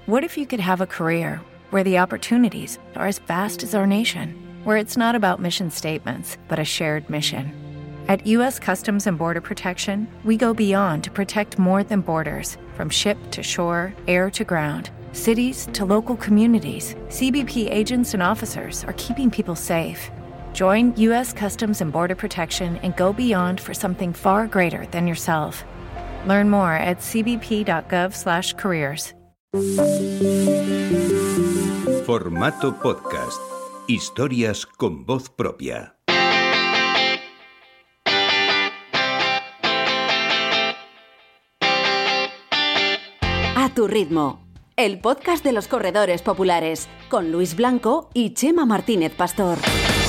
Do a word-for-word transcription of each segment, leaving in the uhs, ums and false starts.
What if you could have a career where the opportunities are as vast as our nation, where it's not about mission statements, but a shared mission? At U S Customs and Border Protection, we go beyond to protect more than borders. From ship to shore, air to ground, cities to local communities, C B P agents and officers are keeping people safe. Join U S Customs and Border Protection and go beyond for something far greater than yourself. Learn more at c b p dot gov slash careers. Formato podcast. Historias con voz propia. A tu ritmo. El podcast de los corredores populares con Luis Blanco y Chema Martínez Pastor.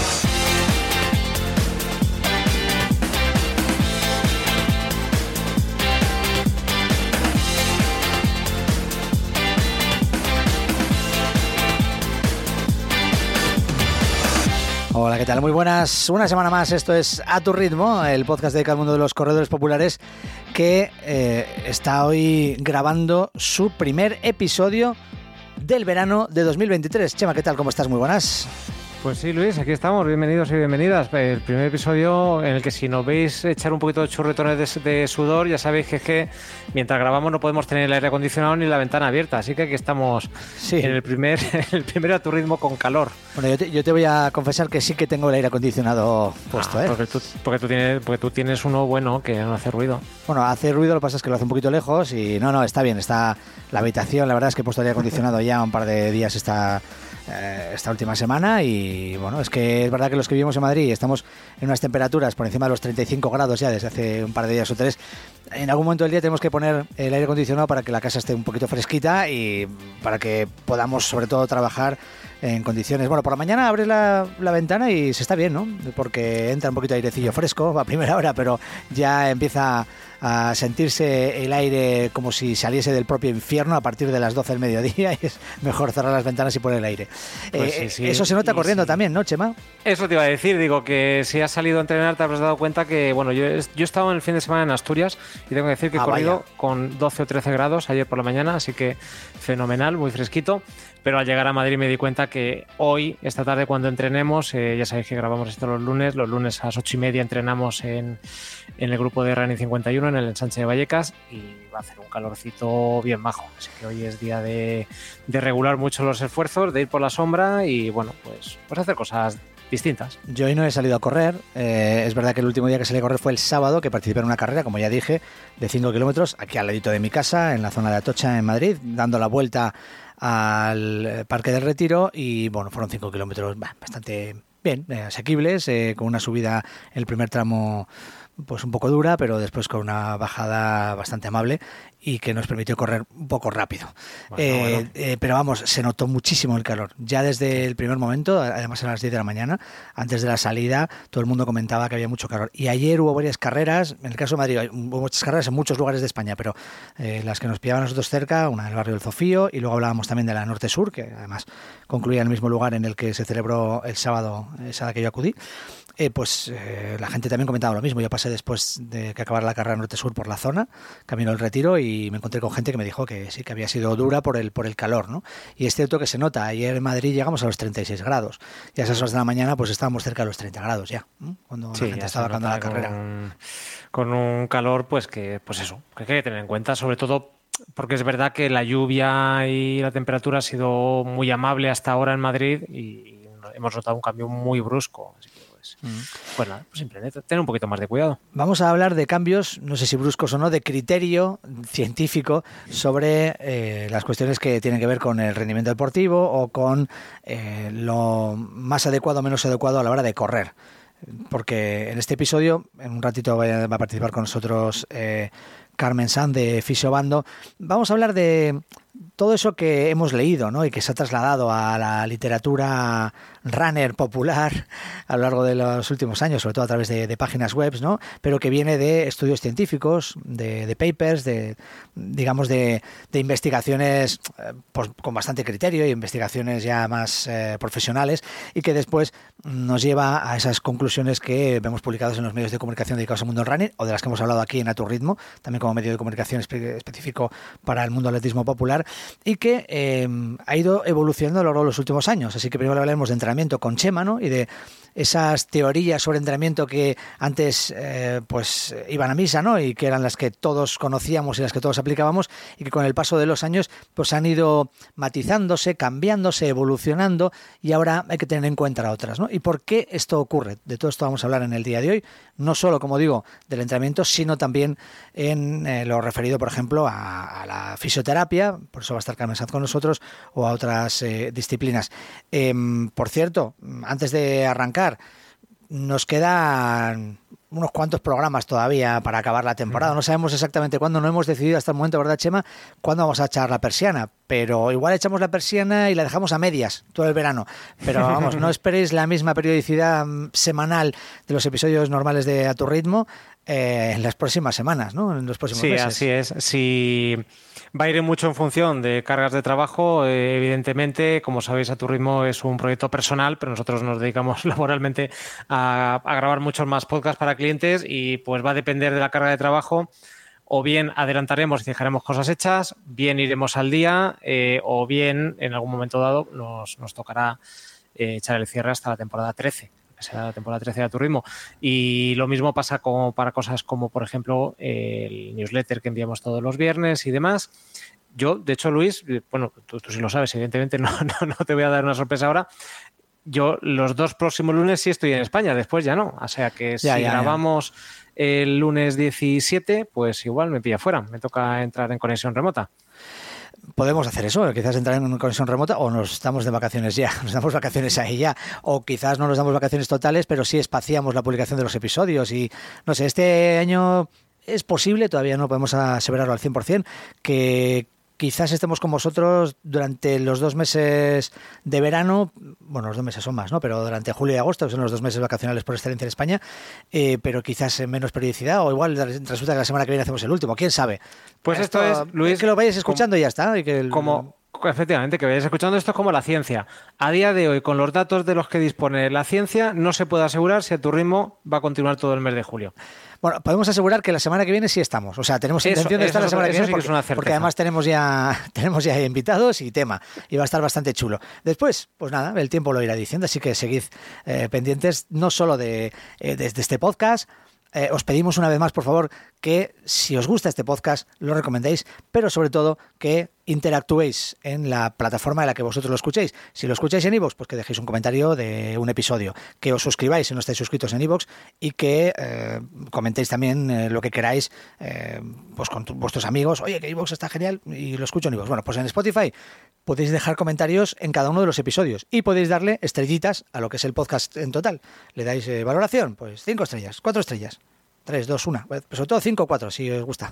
Hola, ¿qué tal? Muy buenas. Una semana más, esto es A tu ritmo, el podcast dedicado al mundo de los corredores populares que eh, está hoy grabando su primer episodio del verano de dos mil veintitrés. Chema, ¿qué tal? ¿Cómo estás? Muy buenas. Pues sí, Luis, aquí estamos. Bienvenidos y bienvenidas. El primer episodio en el que si nos veis echar un poquito de churretones de, de sudor, ya sabéis que es que mientras grabamos no podemos tener el aire acondicionado ni la ventana abierta. Así que aquí estamos sí. en el primer, el primer A tu ritmo con calor. Bueno, yo te, yo te voy a confesar que sí que tengo el aire acondicionado puesto, ah, ¿eh? Porque tú, porque, tú tienes, porque tú tienes uno bueno que no hace ruido. Bueno, hace ruido, lo que pasa es que lo hace un poquito lejos y no, no, está bien. Está la habitación, la verdad es que he puesto el aire acondicionado ya un par de días esta... esta última semana y bueno, es que es verdad que los que vivimos en Madrid estamos en unas temperaturas por encima de los treinta y cinco grados ya desde hace un par de días o tres. En algún momento del día tenemos que poner el aire acondicionado para que la casa esté un poquito fresquita y para que podamos sobre todo trabajar en condiciones. Bueno, por la mañana abres la, la ventana y se está bien, ¿no? Porque entra un poquito de airecillo fresco a primera hora, pero ya empieza a sentirse el aire como si saliese del propio infierno a partir de las doce del mediodía y es mejor cerrar las ventanas y poner el aire. Pues eh, sí, sí. Eso se nota y corriendo sí. también, ¿no, Chema? Eso te iba a decir, digo que si has salido a entrenar te habrás dado cuenta que, bueno, yo, yo he estado en el fin de semana en Asturias y tengo que decir que he ah, corrido vaya. con doce o trece grados ayer por la mañana, así que fenomenal, muy fresquito. Pero al llegar a Madrid me di cuenta que hoy, esta tarde, cuando entrenemos, eh, ya sabéis que grabamos esto los lunes, los lunes a las ocho y media entrenamos en, en el grupo de Running cincuenta y uno, en el ensanche de Vallecas, y va a hacer un calorcito bien bajo. Así que hoy es día de, de regular mucho los esfuerzos, de ir por la sombra y, bueno, pues, pues hacer cosas distintas. Yo hoy no he salido a correr. Eh, es verdad que el último día que salí a correr fue el sábado, que participé en una carrera, como ya dije, de cinco kilómetros, aquí al ladito de mi casa, en la zona de Atocha, en Madrid, dando la vuelta al Parque del Retiro y bueno, fueron cinco kilómetros bastante bien, eh, asequibles, eh, con una subida en el primer tramo pues un poco dura, pero después con una bajada bastante amable y que nos permitió correr un poco rápido. Bueno, eh, bueno. Eh, pero vamos, se notó muchísimo el calor. Ya desde el primer momento, además a las diez de la mañana, antes de la salida, todo el mundo comentaba que había mucho calor. Y ayer hubo varias carreras, en el caso de Madrid hubo muchas carreras en muchos lugares de España, pero eh, las que nos pillaban a nosotros cerca, una en el barrio del Zofío, y luego hablábamos también de la Norte-Sur, que además concluía en el mismo lugar en el que se celebró el sábado, esa a la que yo acudí. Eh, pues eh, la gente también comentaba lo mismo. Yo pasé después de que acabara la carrera Norte-Sur por la zona, camino del Retiro, y me encontré con gente que me dijo que sí, que había sido dura por el por el calor, ¿no? Y es cierto que se nota. Ayer en Madrid llegamos a los treinta y seis grados y a esas horas de la mañana pues estábamos cerca de los treinta grados ya, ¿no? Cuando sí, la gente estaba acabando la carrera. Con, con un calor pues que, pues eso, que hay que tener en cuenta, sobre todo porque es verdad que la lluvia y la temperatura ha sido muy amable hasta ahora en Madrid y hemos notado un cambio muy brusco. Así que pues, mm. pues nada, pues simplemente tener un poquito más de cuidado. Vamos a hablar de cambios, no sé si bruscos o no, de criterio científico sobre eh, las cuestiones que tienen que ver con el rendimiento deportivo o con eh, lo más adecuado o menos adecuado a la hora de correr. Porque en este episodio, en un ratito va a, va a participar con nosotros eh, Carmen Sanz de Fisiobando. Vamos a hablar de todo eso que hemos leído, ¿no? Y que se ha trasladado a la literatura runner popular a lo largo de los últimos años, sobre todo a través de, de páginas web, ¿no? Pero que viene de estudios científicos, de, de papers, de digamos de, de investigaciones eh, pues, con bastante criterio y investigaciones ya más eh, profesionales, y que después nos lleva a esas conclusiones que vemos publicadas en los medios de comunicación dedicados al mundo del running, o de las que hemos hablado aquí en A Tu Ritmo, también como medio de comunicación espe- específico para el mundo del atletismo popular, y que eh, ha ido evolucionando a lo largo de los últimos años. Así que primero hablaremos de entrenamiento con Chema, ¿no? Y de esas teorías sobre entrenamiento que antes eh, pues iban a misa, ¿no? Y que eran las que todos conocíamos y las que todos aplicábamos, y que con el paso de los años pues han ido matizándose, cambiándose, evolucionando, y ahora hay que tener en cuenta otras, ¿no? ¿Y por qué esto ocurre? De todo esto vamos a hablar en el día de hoy, no solo, como digo, del entrenamiento, sino también en eh, lo referido, por ejemplo, a, a la fisioterapia, por eso va a estar Carmen Sanz con nosotros, o a otras eh, disciplinas. Eh, por cierto, antes de arrancar, nos quedan unos cuantos programas todavía para acabar la temporada. No sabemos exactamente cuándo, no hemos decidido hasta el momento, ¿verdad, Chema?, cuándo vamos a echar la persiana, pero igual echamos la persiana y la dejamos a medias todo el verano. Pero vamos, no esperéis la misma periodicidad semanal de los episodios normales de A Tu Ritmo eh, en las próximas semanas, ¿no? En los próximos sí, meses. Sí, así es. Si va a ir mucho en función de cargas de trabajo, eh, evidentemente, como sabéis, A Tu Ritmo es un proyecto personal, pero nosotros nos dedicamos laboralmente a, a grabar muchos más podcasts para clientes, y pues va a depender de la carga de trabajo. O bien adelantaremos y dejaremos cosas hechas, bien iremos al día, eh, o bien en algún momento dado nos, nos tocará eh, echar el cierre hasta la temporada trece. Que será la temporada trece de A Tu Ritmo. Y lo mismo pasa como para cosas como, por ejemplo, el newsletter que enviamos todos los viernes y demás. Yo, de hecho, Luis, bueno, tú, tú sí lo sabes, evidentemente, no, no, no te voy a dar una sorpresa ahora. Yo los dos próximos lunes sí estoy en España, después ya no. O sea que si ya, ya, grabamos ya. el lunes diecisiete, pues igual me pilla fuera. Me toca entrar en conexión remota. Podemos hacer eso, quizás entrar en una conexión remota, o nos damos de vacaciones ya, nos damos vacaciones ahí ya, o quizás no nos damos vacaciones totales, pero sí espaciamos la publicación de los episodios. Y no sé, este año es posible, todavía no podemos aseverarlo al cien por ciento, que quizás estemos con vosotros durante los dos meses de verano, bueno, los dos meses son más, ¿no? Pero durante julio y agosto, que son los dos meses vacacionales por excelencia en España, eh, pero quizás en menos periodicidad, o igual resulta que la semana que viene hacemos el último, quién sabe. Pues esto, esto es, Luis, que lo vayáis escuchando como, y ya está. Y que el, como, efectivamente, que vayáis escuchando esto como la ciencia. A día de hoy, con los datos de los que dispone la ciencia, no se puede asegurar si A Tu Ritmo va a continuar todo el mes de julio. Bueno, podemos asegurar que la semana que viene sí estamos. O sea, tenemos eso, intención de estar la semana que viene, sí porque, que es porque además tenemos ya tenemos ya invitados y tema. Y va a estar bastante chulo. Después, pues nada, el tiempo lo irá diciendo, así que seguid eh, pendientes no solo de, eh, de, de este podcast. Eh, os pedimos una vez más, por favor, que si os gusta este podcast, lo recomendéis, pero sobre todo que interactuéis en la plataforma en la que vosotros lo escuchéis. Si lo escucháis en iVoox, pues que dejéis un comentario de un episodio, que os suscribáis si no estáis suscritos en iVoox, y que eh, comentéis también eh, lo que queráis eh, pues con tu, vuestros amigos. Oye, que iVoox está genial y lo escucho en iVoox. Bueno, pues en Spotify podéis dejar comentarios en cada uno de los episodios y podéis darle estrellitas a lo que es el podcast en total. Le dais eh, valoración, pues cinco estrellas, cuatro estrellas. tres, dos, uno, sobre todo cinco o cuatro si os gusta.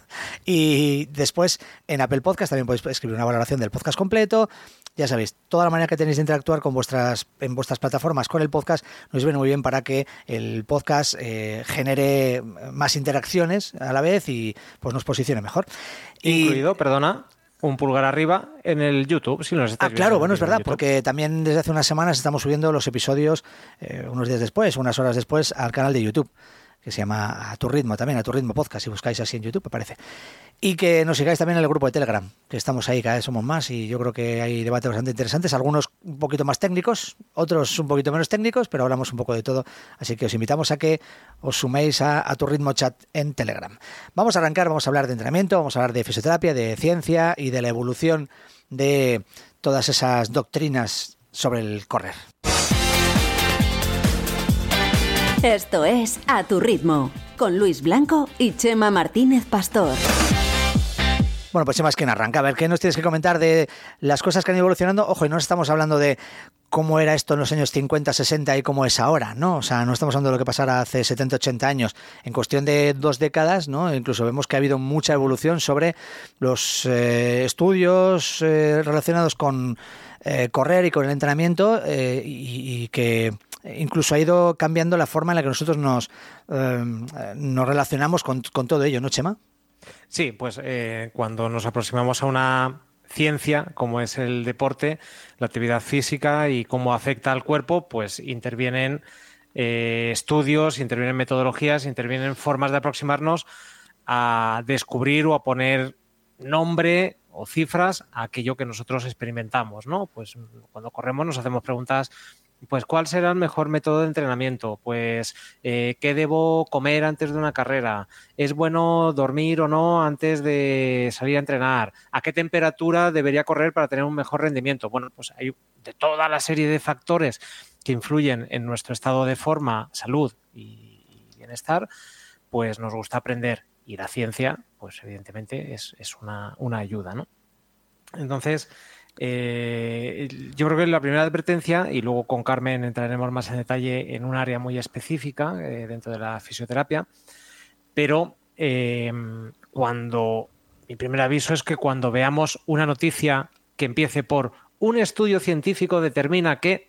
Y después en Apple Podcast también podéis escribir una valoración del podcast completo. Ya sabéis, toda la manera que tenéis de interactuar con vuestras en vuestras plataformas con el podcast nos viene muy bien para que el podcast eh, genere más interacciones a la vez y pues nos posicione mejor. Incluido, y, perdona, un pulgar arriba en el YouTube, si nos estáis Ah, claro, viendo bueno, es verdad, YouTube. porque también desde hace unas semanas estamos subiendo los episodios eh, unos días después, unas horas después, al canal de YouTube, que se llama A Tu Ritmo también, A Tu Ritmo Podcast, si buscáis así en YouTube aparece. Y que nos sigáis también en el grupo de Telegram, que estamos ahí, cada vez somos más y yo creo que hay debates bastante interesantes, algunos un poquito más técnicos, otros un poquito menos técnicos, pero hablamos un poco de todo, así que os invitamos a que os suméis a, a Tu Ritmo Chat en Telegram. Vamos a arrancar, vamos a hablar de entrenamiento, vamos a hablar de fisioterapia, de ciencia y de la evolución de todas esas doctrinas sobre el correr. Esto es A Tu Ritmo, con Luis Blanco y Chema Martínez Pastor. Bueno, pues más quien arranca. A ver, ¿qué nos tienes que comentar de las cosas que han ido evolucionando? Ojo, y no estamos hablando de cómo era esto en los años cincuenta, sesenta y cómo es ahora, ¿no? O sea, no estamos hablando de lo que pasara hace setenta, ochenta años. En cuestión de dos décadas, ¿no? Incluso vemos que ha habido mucha evolución sobre los eh, estudios eh, relacionados con eh, correr y con el entrenamiento eh, y, y que incluso ha ido cambiando la forma en la que nosotros nos, eh, nos relacionamos con, con todo ello, ¿no, Chema? Sí, pues eh, cuando nos aproximamos a una ciencia como es el deporte, la actividad física y cómo afecta al cuerpo, pues intervienen eh, estudios, intervienen metodologías, intervienen formas de aproximarnos a descubrir o a poner nombre o cifras a aquello que nosotros experimentamos, ¿no? Pues cuando corremos nos hacemos preguntas. Pues, ¿cuál será el mejor método de entrenamiento? Pues, eh, ¿qué debo comer antes de una carrera? ¿Es bueno dormir o no antes de salir a entrenar? ¿A qué temperatura debería correr para tener un mejor rendimiento? Bueno, pues hay de toda la serie de factores que influyen en nuestro estado de forma, salud y bienestar, pues nos gusta aprender. Y la ciencia, pues evidentemente es, es una, una ayuda, ¿no? Entonces, Eh, yo creo que la primera advertencia, y luego con Carmen entraremos más en detalle en un área muy específica eh, dentro de la fisioterapia, pero eh, cuando mi primer aviso es que cuando veamos una noticia que empiece por un estudio científico determina que,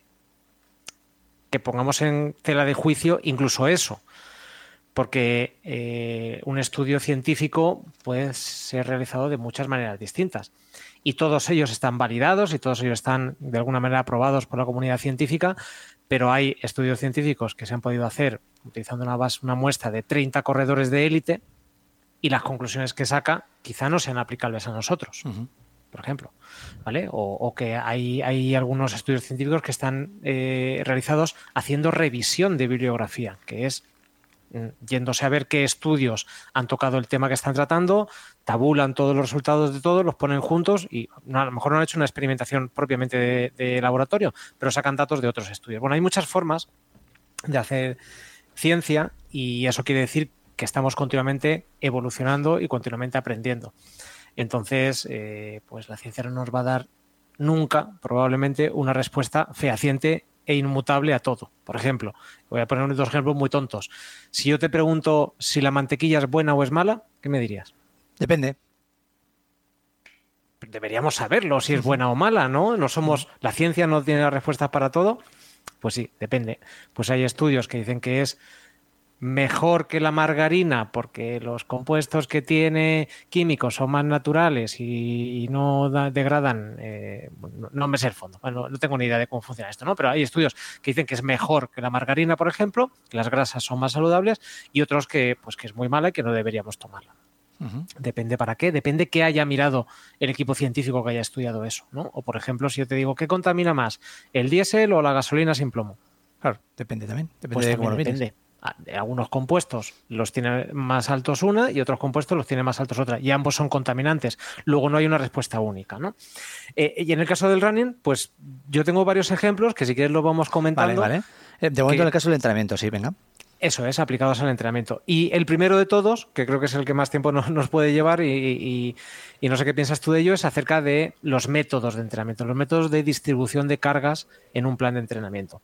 que pongamos en tela de juicio incluso eso, porque eh, un estudio científico puede ser realizado de muchas maneras distintas. Y todos ellos están validados y todos ellos están de alguna manera aprobados por la comunidad científica, pero hay estudios científicos que se han podido hacer utilizando una, base, una muestra de treinta corredores de élite y las conclusiones que saca quizá no sean aplicables a nosotros, uh-huh. por ejemplo, ¿vale? O, o que hay, hay algunos estudios científicos que están eh, realizados haciendo revisión de bibliografía, que es yéndose a ver qué estudios han tocado el tema que están tratando, tabulan todos los resultados de todos, los ponen juntos y no, a lo mejor no han hecho una experimentación propiamente de, de laboratorio, pero sacan datos de otros estudios. Bueno, hay muchas formas de hacer ciencia y eso quiere decir que estamos continuamente evolucionando y continuamente aprendiendo. Entonces, eh, pues la ciencia no nos va a dar nunca, probablemente, una respuesta fehaciente e inmutable a todo. Por ejemplo, voy a poner dos ejemplos muy tontos. Si yo te pregunto si la mantequilla es buena o es mala, ¿qué me dirías? Depende. Deberíamos saberlo si es buena o mala, ¿no? No somos, la ciencia no tiene las respuestas para todo. Pues sí, depende. Pues hay estudios que dicen que es mejor que la margarina porque los compuestos que tiene químicos son más naturales y, y no da, degradan, eh, no, no me sé el fondo, bueno, no tengo ni idea de cómo funciona esto, ¿no? Pero hay estudios que dicen que es mejor que la margarina, por ejemplo, que las grasas son más saludables y otros que, pues, que es muy mala y que no deberíamos tomarla. Uh-huh. Depende para qué, depende que haya mirado el equipo científico que haya estudiado eso, ¿no? O por ejemplo, si yo te digo, ¿qué contamina más? ¿El diésel o la gasolina sin plomo? Claro, depende también, depende pues de también cómo lo depende. mires. Algunos compuestos los tiene más altos una y otros compuestos los tiene más altos otra y ambos son contaminantes. Luego no hay una respuesta única, ¿no? Eh, y en el caso del running, pues yo tengo varios ejemplos que si quieres los vamos comentando. Vale, vale. De momento que, en el caso del entrenamiento, sí, venga. Eso es, aplicados al entrenamiento. Y el primero de todos, que creo que es el que más tiempo nos, nos puede llevar y, y, y no sé qué piensas tú de ello, es acerca de los métodos de entrenamiento, los métodos de distribución de cargas en un plan de entrenamiento.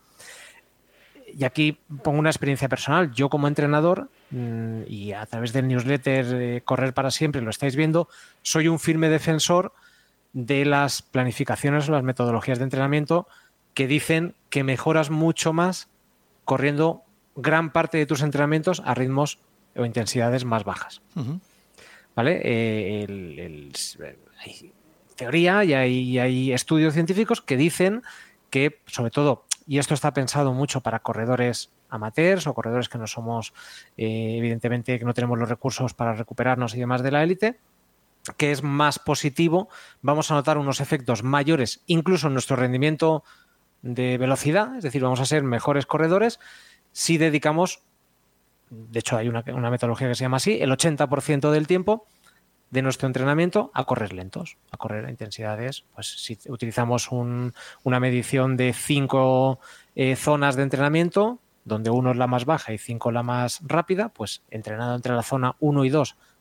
Y aquí pongo una experiencia personal. Yo como entrenador, mmm, y a través del newsletter eh, Correr para Siempre, lo estáis viendo, soy un firme defensor de las planificaciones o las metodologías de entrenamiento que dicen que mejoras mucho más corriendo gran parte de tus entrenamientos a ritmos o intensidades más bajas. Uh-huh. ¿Vale? Eh, el, el, hay teoría y hay, y hay estudios científicos que dicen que, sobre todo, y esto está pensado mucho para corredores amateurs o corredores que no somos, eh, evidentemente, que no tenemos los recursos para recuperarnos y demás de la élite, que es más positivo, vamos a notar unos efectos mayores, incluso en nuestro rendimiento de velocidad, es decir, vamos a ser mejores corredores si dedicamos, de hecho hay una, una metodología que se llama así, el ochenta por ciento del tiempo de nuestro entrenamiento a correr lentos, a correr a intensidades. Pues si utilizamos un, una medición de cinco eh, zonas de entrenamiento, donde uno es la más baja y cinco la más rápida, pues entrenado entre la zona uno y dos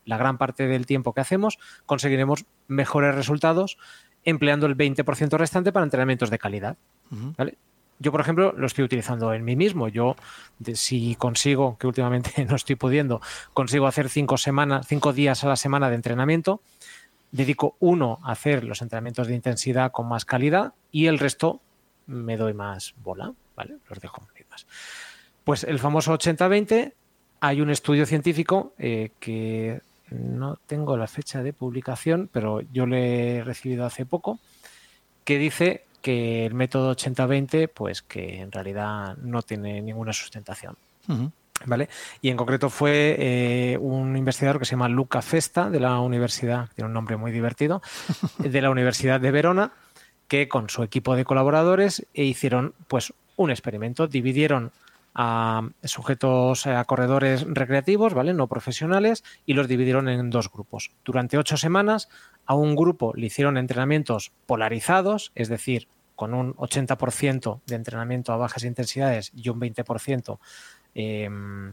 la gran parte del tiempo que hacemos, conseguiremos mejores resultados empleando el veinte por ciento restante para entrenamientos de calidad. Uh-huh. ¿Vale? Yo, por ejemplo, lo estoy utilizando en mí mismo. Yo, de, si consigo, que últimamente no estoy pudiendo, consigo hacer cinco semanas, cinco días a la semana de entrenamiento, dedico uno a hacer los entrenamientos de intensidad con más calidad y el resto me doy más bola, ¿vale? Los dejo más. Pues el famoso ochenta veinte, hay un estudio científico eh, que no tengo la fecha de publicación, pero yo lo he recibido hace poco, que dice que el método ochenta veinte, pues que en realidad no tiene ninguna sustentación. Uh-huh. ¿Vale? Y en concreto fue eh, un investigador que se llama Luca Festa, de la universidad, tiene un nombre muy divertido, de la Universidad de Verona, que con su equipo de colaboradores hicieron pues un experimento. Dividieron a sujetos, a corredores recreativos, ¿vale? No profesionales, y los dividieron en dos grupos. Durante ocho semanas a un grupo le hicieron entrenamientos polarizados, es decir, con un ochenta por ciento de entrenamiento a bajas intensidades y un veinte por ciento eh,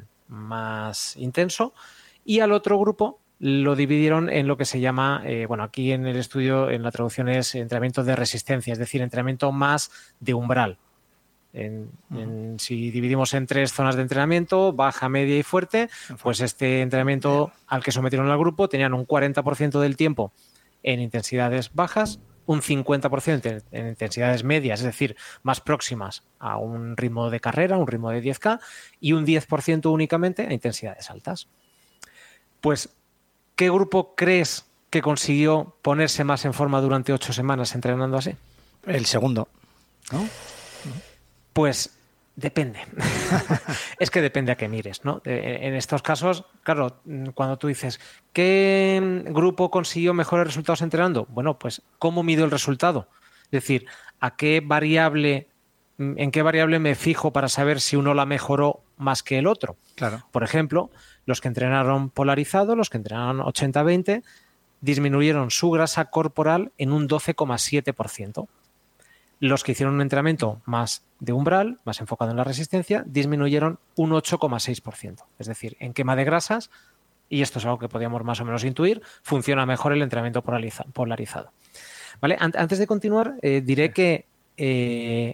más intenso, y al otro grupo lo dividieron en lo que se llama, eh, bueno, aquí en el estudio, en la traducción es entrenamiento de resistencia, es decir, entrenamiento más de umbral. En, en, si dividimos en tres zonas de entrenamiento, baja, media y fuerte, pues este entrenamiento al que sometieron al grupo tenían un cuarenta por ciento del tiempo en intensidades bajas, un cincuenta por ciento en intensidades medias, es decir, más próximas a un ritmo de carrera, un ritmo de diez K, y un diez por ciento únicamente a intensidades altas. Pues, ¿qué grupo crees que consiguió ponerse más en forma durante ocho semanas entrenando así? El segundo, ¿no? Pues depende. Es que depende a qué mires, ¿no? En estos casos, claro, cuando tú dices, ¿qué grupo consiguió mejores resultados entrenando? Bueno, pues, ¿cómo mido el resultado? Es decir, ¿a qué variable, en qué variable me fijo para saber si uno la mejoró más que el otro? Claro. Por ejemplo, los que entrenaron polarizado, los que entrenaron ochenta veinte, disminuyeron su grasa corporal en un doce coma siete por ciento. Los que hicieron un entrenamiento más de umbral, más enfocado en la resistencia, disminuyeron un ocho coma seis por ciento. Es decir, en quema de grasas, y esto es algo que podíamos más o menos intuir, funciona mejor el entrenamiento polarizado. ¿Vale? Antes de continuar, eh, diré que eh,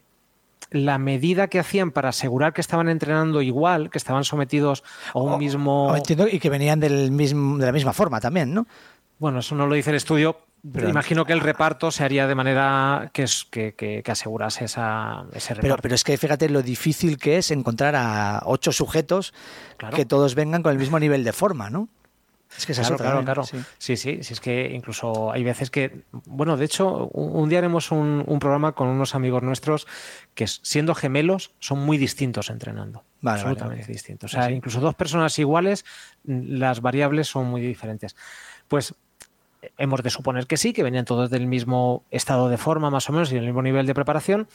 la medida que hacían para asegurar que estaban entrenando igual, que estaban sometidos a un oh, mismo... Oh, entiendo, y que venían del mismo, de la misma forma también, ¿no? Bueno, eso no lo dice el estudio. Pero imagino que el reparto se haría de manera que, es, que, que, que asegurase esa, ese reparto. Pero, pero es que fíjate lo difícil que es encontrar a ocho sujetos, claro, que todos vengan con el mismo nivel de forma, ¿no? Es que esa claro, es otra, claro, ¿no? claro. Sí. sí, sí, sí, es que incluso hay veces que... Bueno, de hecho, un, un día haremos un, un programa con unos amigos nuestros que, siendo gemelos, son muy distintos entrenando. Vale, absolutamente vale, okay. distintos. O sea, sí. Incluso dos personas iguales, las variables son muy diferentes. Pues... hemos de suponer que sí, que venían todos del mismo estado de forma más o menos y del mismo nivel de preparación,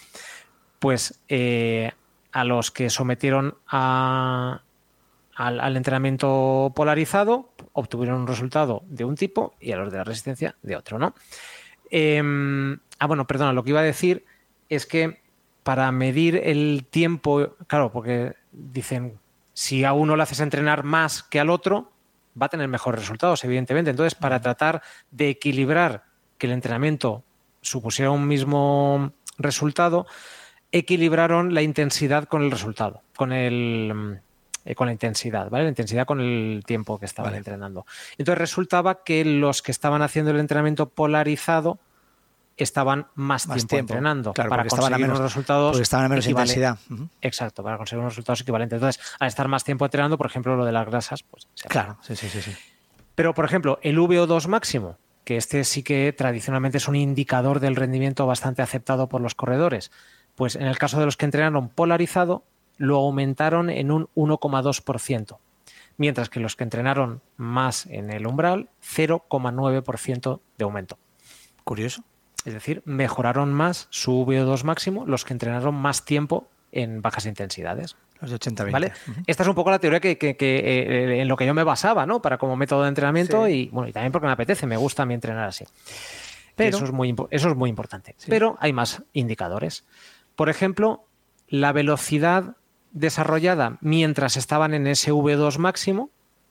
pues eh, a los que sometieron a, al, al entrenamiento polarizado obtuvieron un resultado de un tipo y a los de la resistencia de otro, ¿no? Eh, ah, bueno, perdona, lo que iba a decir es que para medir el tiempo, claro, porque dicen, si a uno le haces entrenar más que al otro, va a tener mejores resultados, evidentemente. Entonces, para tratar de equilibrar que el entrenamiento supusiera un mismo resultado, equilibraron la intensidad con el resultado, con el eh, con la intensidad, ¿vale? La intensidad con el tiempo que estaban vale. entrenando. Entonces, resultaba que los que estaban haciendo el entrenamiento polarizado estaban más, más tiempo, tiempo entrenando, claro, para conseguir menos, unos resultados porque estaban a menos intensidad. Uh-huh. Exacto, para conseguir unos resultados equivalentes. Entonces, al estar más tiempo entrenando, por ejemplo, lo de las grasas, pues se claro, sí, sí, sí, sí. Pero, por ejemplo, el V O dos máximo, que este sí que tradicionalmente es un indicador del rendimiento bastante aceptado por los corredores, pues en el caso de los que entrenaron polarizado, lo aumentaron en un uno coma dos por ciento, mientras que los que entrenaron más en el umbral, cero coma nueve por ciento de aumento. Curioso. Es decir, mejoraron más su V O dos máximo los que entrenaron más tiempo en bajas intensidades. Los de ochenta veinte. ¿Vale? Uh-huh. Esta es un poco la teoría que, que, que eh, en lo que yo me basaba, ¿no? Para como método de entrenamiento sí. y, bueno, y también porque me apetece, me gusta a mí entrenar así. Pero, eso, es muy, eso es muy importante. Sí. Pero hay más indicadores. Por ejemplo, la velocidad desarrollada mientras estaban en ese V O dos máximo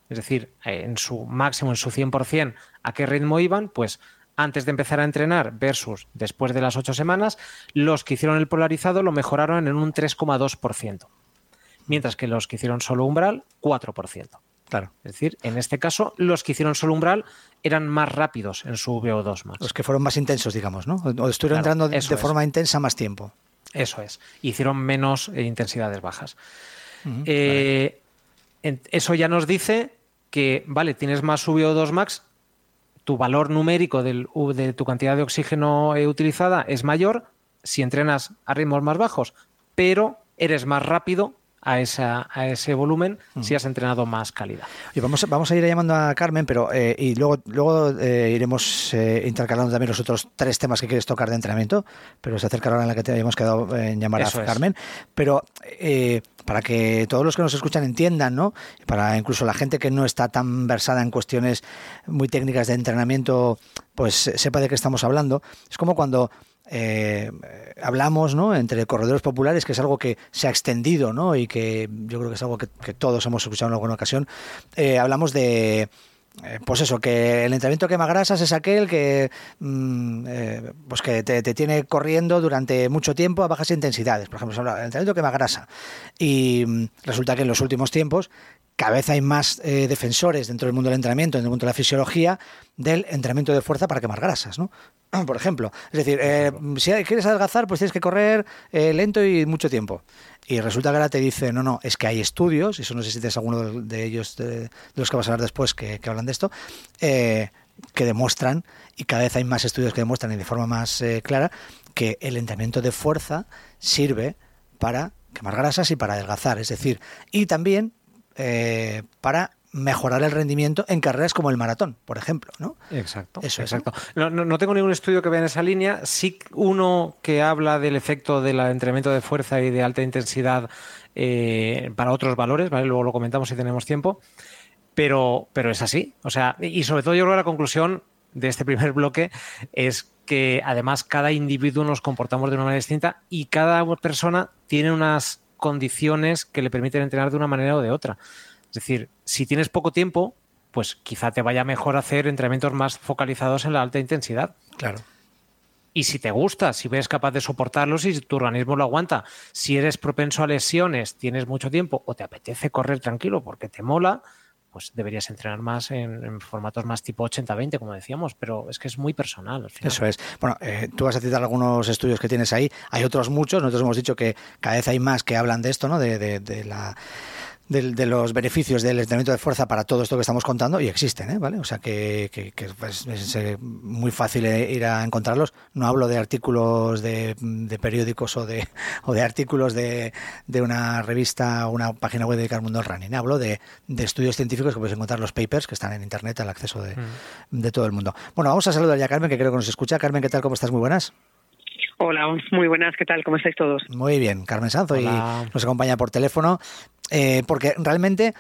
es decir, en su máximo, en su cien por ciento, a qué ritmo iban, pues antes de empezar a entrenar versus después de las ocho semanas, los que hicieron el polarizado lo mejoraron en un tres coma dos por ciento, mientras que los que hicieron solo umbral, cuatro por ciento. Claro. Es decir, en este caso, los que hicieron solo umbral eran más rápidos en su V O dos max. Los que fueron más intensos, digamos, ¿no? O estuvieron Claro, entrando de, de es. forma intensa más tiempo. Eso es. Hicieron menos eh, intensidades bajas. Uh-huh, eh, vale. en, eso ya nos dice que, vale, tienes más V O dos max, tu valor numérico del, de tu cantidad de oxígeno eh, utilizada es mayor si entrenas a ritmos más bajos, pero eres más rápido a, esa, a ese volumen uh-huh. si has entrenado más calidad. Y vamos, vamos a ir llamando a Carmen, pero eh, y luego, luego eh, iremos eh, intercalando también los otros tres temas que quieres tocar de entrenamiento, pero se acerca la hora en la que te habíamos quedado en llamar Eso a Carmen. Es. Pero eh, para que todos los que nos escuchan entiendan, ¿no? Para incluso la gente que no está tan versada en cuestiones muy técnicas de entrenamiento, pues sepa de qué estamos hablando. Es como cuando Eh, hablamos, ¿no?, entre corredores populares, que es algo que se ha extendido, ¿no?, y que yo creo que es algo que, que todos hemos escuchado en alguna ocasión. Eh, hablamos de, eh, pues eso, que el entrenamiento quema grasas es aquel que, mm, eh, pues que te, te tiene corriendo durante mucho tiempo a bajas intensidades. Por ejemplo, se habla del entrenamiento quema grasa. Y mm, resulta que en los últimos tiempos cada vez hay más eh, defensores dentro del mundo del entrenamiento, dentro del mundo de la fisiología, del entrenamiento de fuerza para quemar grasas, ¿no? Por ejemplo, es decir, eh, si quieres adelgazar, pues tienes que correr eh, lento y mucho tiempo. Y resulta que ahora te dice, no, no, es que hay estudios, y eso no sé si tienes alguno de, de ellos, de, de los que vas a hablar después, que, que hablan de esto, eh, que demuestran, y cada vez hay más estudios que demuestran, y de forma más eh, clara, que el entrenamiento de fuerza sirve para quemar grasas y para adelgazar. Es decir, y también eh, para mejorar el rendimiento en carreras como el maratón, por ejemplo, ¿no? Exacto. Eso exacto. Es, ¿no? No, no tengo ningún estudio que vea en esa línea. Sí, uno que habla del efecto del entrenamiento de fuerza y de alta intensidad eh, para otros valores, ¿vale? Luego lo comentamos si tenemos tiempo, pero, pero es así. O sea, y sobre todo yo creo que la conclusión de este primer bloque es que además cada individuo nos comportamos de una manera distinta y cada persona tiene unas condiciones que le permiten entrenar de una manera o de otra. Es decir, si tienes poco tiempo, pues quizá te vaya mejor hacer entrenamientos más focalizados en la alta intensidad. Claro. Y si te gusta, si eres capaz de soportarlos y si tu organismo lo aguanta, si eres propenso a lesiones, tienes mucho tiempo o te apetece correr tranquilo porque te mola, pues deberías entrenar más en, en formatos más tipo ochenta veinte, como decíamos, pero es que es muy personal al final. Eso es. Bueno, eh, tú vas a citar algunos estudios que tienes ahí, hay otros muchos, nosotros hemos dicho que cada vez hay más que hablan de esto, ¿no? De, de, de la... De, de los beneficios del entrenamiento de fuerza para todo esto que estamos contando, y existen, ¿eh? ¿Vale? O sea que, que, que pues, es eh, muy fácil ir a encontrarlos. No hablo de artículos de, de periódicos o de, o de artículos de, de una revista o una página web dedicada al mundo del running. Hablo de, de estudios científicos que puedes encontrar, los papers que están en internet al acceso de, mm. de todo el mundo. Bueno, vamos a saludar ya a Carmen, que creo que nos escucha. Carmen, ¿qué tal? ¿Cómo estás? Muy buenas. Hola, muy buenas, ¿qué tal? ¿Cómo estáis todos? Muy bien, Carmen Sanzo, Hola. Y nos acompaña por teléfono, eh, porque realmente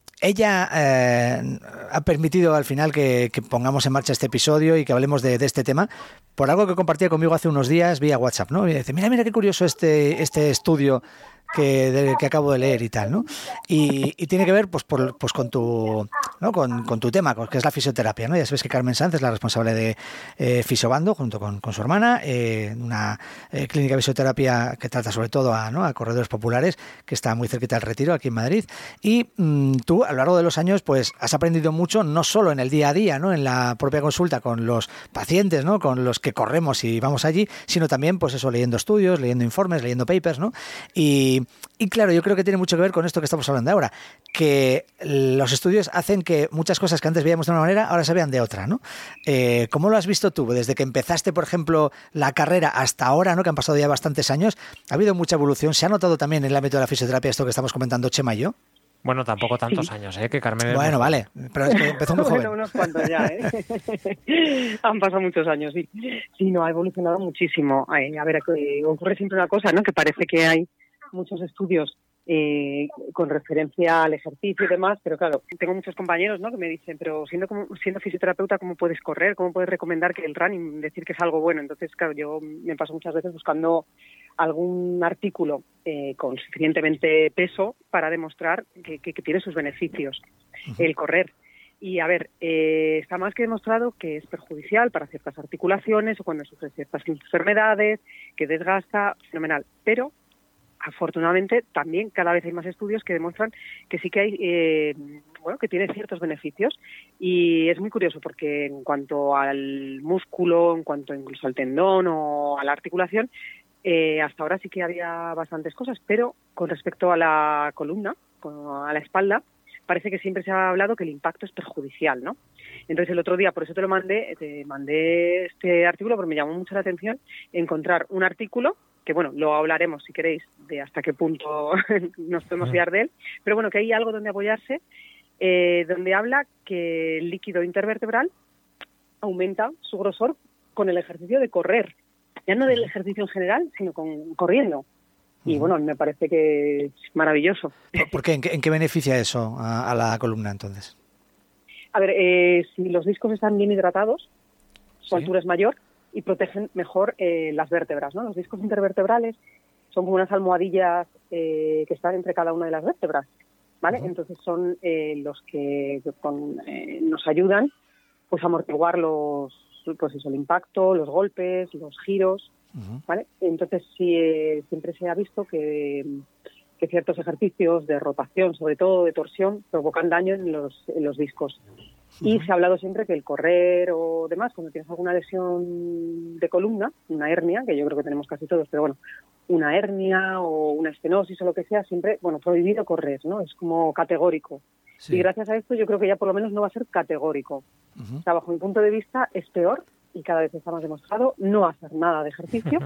ella eh, ha permitido al final que, que pongamos en marcha este episodio y que hablemos de, de este tema, por algo que compartía conmigo hace unos días vía WhatsApp, ¿no? Y dice, mira, mira qué curioso este, este estudio que, de, que acabo de leer y tal, ¿no? Y, y tiene que ver pues, por, pues con tu, ¿no? con, con tu tema, que es la fisioterapia, ¿no? Ya sabes que Carmen Sanz es la responsable de eh, Fisiobando, junto con, con su hermana, eh, una eh, clínica de fisioterapia que trata sobre todo a, ¿no? a corredores populares, que está muy cerquita del Retiro, aquí en Madrid. Y mmm, tú, a lo largo de los años, pues has aprendido mucho, no solo en el día a día, ¿no? En la propia consulta con los pacientes, ¿no? Con los que corremos y vamos allí, sino también, pues eso, leyendo estudios, leyendo informes, leyendo papers, ¿no? Y Y claro, yo creo que tiene mucho que ver con esto que estamos hablando ahora, que los estudios hacen que muchas cosas que antes veíamos de una manera, ahora se vean de otra, ¿no? Eh, ¿Cómo lo has visto tú? Desde que empezaste, por ejemplo, la carrera hasta ahora, ¿no? Que han pasado ya bastantes años, ¿ha habido mucha evolución? ¿Se ha notado también en el ámbito de la fisioterapia esto que estamos comentando Chema y yo? Bueno, tampoco tantos sí. años, ¿eh? Que Carmen... Bueno, es... vale, pero es que empezó muy joven. Bueno, unos cuantos ya, ¿eh? Han pasado muchos años, sí. Sí, no, ha evolucionado muchísimo. Eh, a ver, eh, ocurre siempre una cosa, ¿no? Que parece que hay muchos estudios eh, con referencia al ejercicio y demás, pero claro, tengo muchos compañeros, ¿no? Que me dicen, pero siendo como, siendo fisioterapeuta, ¿cómo puedes correr? ¿Cómo puedes recomendar que el running, decir que es algo bueno? Entonces, claro, yo me paso muchas veces buscando algún artículo eh, con suficientemente peso para demostrar que, que, que tiene sus beneficios. uh-huh. el correr. Y a ver, eh, está más que demostrado que es perjudicial para ciertas articulaciones o cuando sufres ciertas enfermedades, que desgasta, fenomenal. Pero, afortunadamente, también cada vez hay más estudios que demuestran que sí que hay, eh, bueno, que tiene ciertos beneficios. Y es muy curioso porque en cuanto al músculo, en cuanto incluso al tendón o a la articulación, eh, hasta ahora sí que había bastantes cosas, pero con respecto a la columna, a la espalda, parece que siempre se ha hablado que el impacto es perjudicial, ¿no? Entonces el otro día, por eso te lo mandé, te mandé este artículo porque me llamó mucho la atención encontrar un artículo, que bueno, lo hablaremos si queréis, de hasta qué punto nos podemos fiar de él, pero bueno, que hay algo donde apoyarse, eh, donde habla que el líquido intervertebral aumenta su grosor con el ejercicio de correr, ya no del ejercicio en general, sino con corriendo. Y bueno, me parece que es maravilloso. ¿Por qué? ¿En qué, en qué beneficia eso a, a la columna entonces? A ver, eh, si los discos están bien hidratados, su ¿Sí? altura es mayor y protegen mejor eh, las vértebras, ¿no? Los discos intervertebrales son como unas almohadillas eh, que están entre cada una de las vértebras, ¿vale? Uh-huh. Entonces son eh, los que con, eh, nos ayudan pues a amortiguar los, pues eso, el impacto, los golpes, los giros. Uh-huh. ¿Vale? Entonces sí, eh, siempre se ha visto que, que ciertos ejercicios de rotación, sobre todo de torsión, provocan daño en los, en los discos. Uh-huh. Y se ha hablado siempre que el correr o demás, cuando tienes alguna lesión de columna, una hernia, que yo creo que tenemos casi todos, pero bueno, una hernia o una estenosis o lo que sea, siempre, bueno, prohibido correr, ¿no? Es como categórico. Sí. Y gracias a esto yo creo que ya por lo menos no va a ser categórico. Uh-huh. O sea, bajo mi punto de vista es peor, y cada vez está más demostrado, no hacer nada de ejercicio,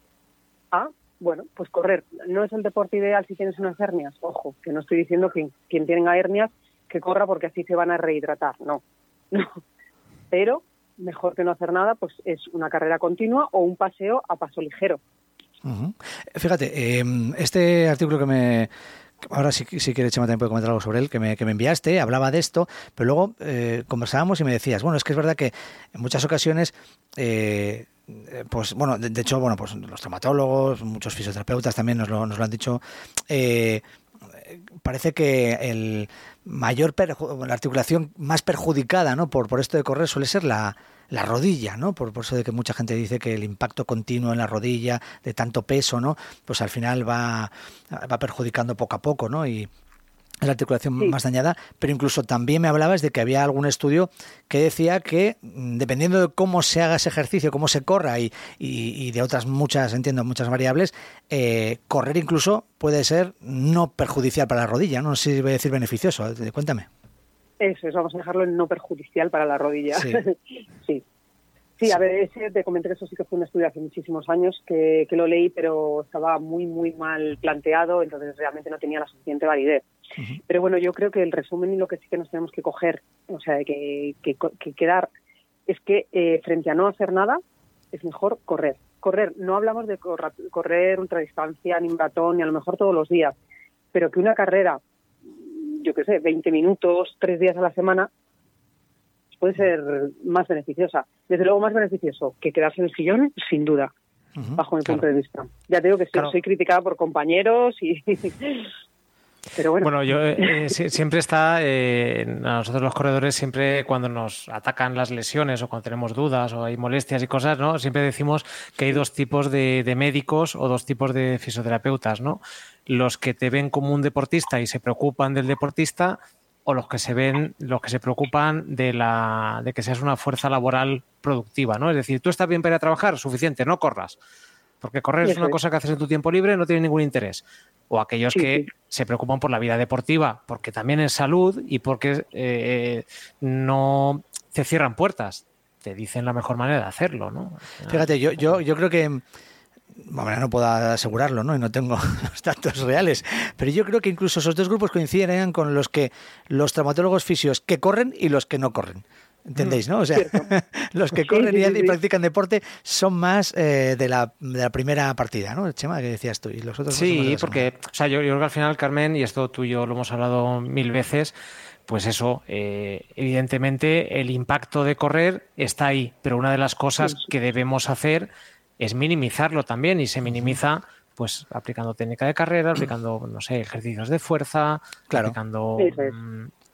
a, bueno, pues correr. No es el deporte ideal si tienes unas hernias, ojo, que no estoy diciendo que quien tenga hernias que corra porque así se van a rehidratar, no, no, pero mejor que no hacer nada, pues es una carrera continua o un paseo a paso ligero. Uh-huh. Fíjate, eh, este artículo que me... Ahora si, si quieres, Chema, también puedo comentar algo sobre él, que me, que me enviaste, hablaba de esto, pero luego eh, conversábamos y me decías, bueno, es que es verdad que en muchas ocasiones, eh, pues bueno, de, de hecho, bueno, pues los traumatólogos, muchos fisioterapeutas también nos lo, nos lo han dicho, eh, parece que el mayor perju- la articulación más perjudicada, ¿no? por, por esto de correr suele ser la, la rodilla, ¿no? Por, por eso de que mucha gente dice que el impacto continuo en la rodilla de tanto peso, ¿no? Pues al final va, va perjudicando poco a poco, ¿no? Y es la articulación sí. más dañada, pero incluso también me hablabas de que había algún estudio que decía que dependiendo de cómo se haga ese ejercicio, cómo se corra y, y, y de otras muchas, entiendo, muchas variables, eh, correr incluso puede ser no perjudicial para la rodilla, no sé si voy a decir beneficioso, cuéntame. Eso es, vamos a dejarlo en no perjudicial para la rodilla. Sí. sí. Sí, a ver, ese te comenté que eso sí que fue un estudio hace muchísimos años que, que lo leí, pero estaba muy, muy mal planteado, entonces realmente no tenía la suficiente validez. Uh-huh. Pero bueno, yo creo que el resumen y lo que sí que nos tenemos que coger, o sea, que, que, que quedar, es que eh, frente a no hacer nada, es mejor correr. Correr, no hablamos de correr, correr ultradistancia, ni maratón, ni a lo mejor todos los días, pero que una carrera, yo qué sé, veinte minutos, tres días a la semana, puede ser más beneficiosa. Desde luego más beneficioso que quedarse en el sillón, sin duda, uh-huh, bajo mi claro. punto de vista. Ya te digo que sí, claro. soy criticada por compañeros y... Pero bueno. Bueno, yo eh, siempre está, eh, a nosotros los corredores, siempre cuando nos atacan las lesiones o cuando tenemos dudas o hay molestias y cosas, ¿no? Siempre decimos que hay dos tipos de, de médicos o dos tipos de fisioterapeutas, ¿no? Los que te ven como un deportista y se preocupan del deportista, o los que se ven, los que se preocupan de la de que seas una fuerza laboral productiva, ¿no? Es decir, tú estás bien para ir a trabajar, suficiente, no corras. Porque correr es una es. cosa que haces en tu tiempo libre, no tiene ningún interés. O aquellos sí, que sí. se preocupan por la vida deportiva, porque también es salud y porque eh, no te cierran puertas. Te dicen la mejor manera de hacerlo, ¿no? Fíjate, yo, yo, yo creo que... Bueno, no puedo asegurarlo, ¿no? Y no tengo los datos reales. Pero yo creo que incluso esos dos grupos coinciden con los que los traumatólogos fisios que corren y los que no corren. ¿Entendéis, no? O sea, los que corren sí, sí, y, sí. y practican deporte son más eh, de, la, de la primera partida, ¿no? Chema, que decías tú. Y los otros sí, porque o sea, yo, yo creo que al final, Carmen, y esto tú y yo lo hemos hablado mil veces, pues eso, eh, evidentemente el impacto de correr está ahí, pero una de las cosas sí. que debemos hacer es minimizarlo también, y se minimiza pues aplicando técnica de carrera, aplicando, no sé, ejercicios de fuerza, claro. aplicando... mmm,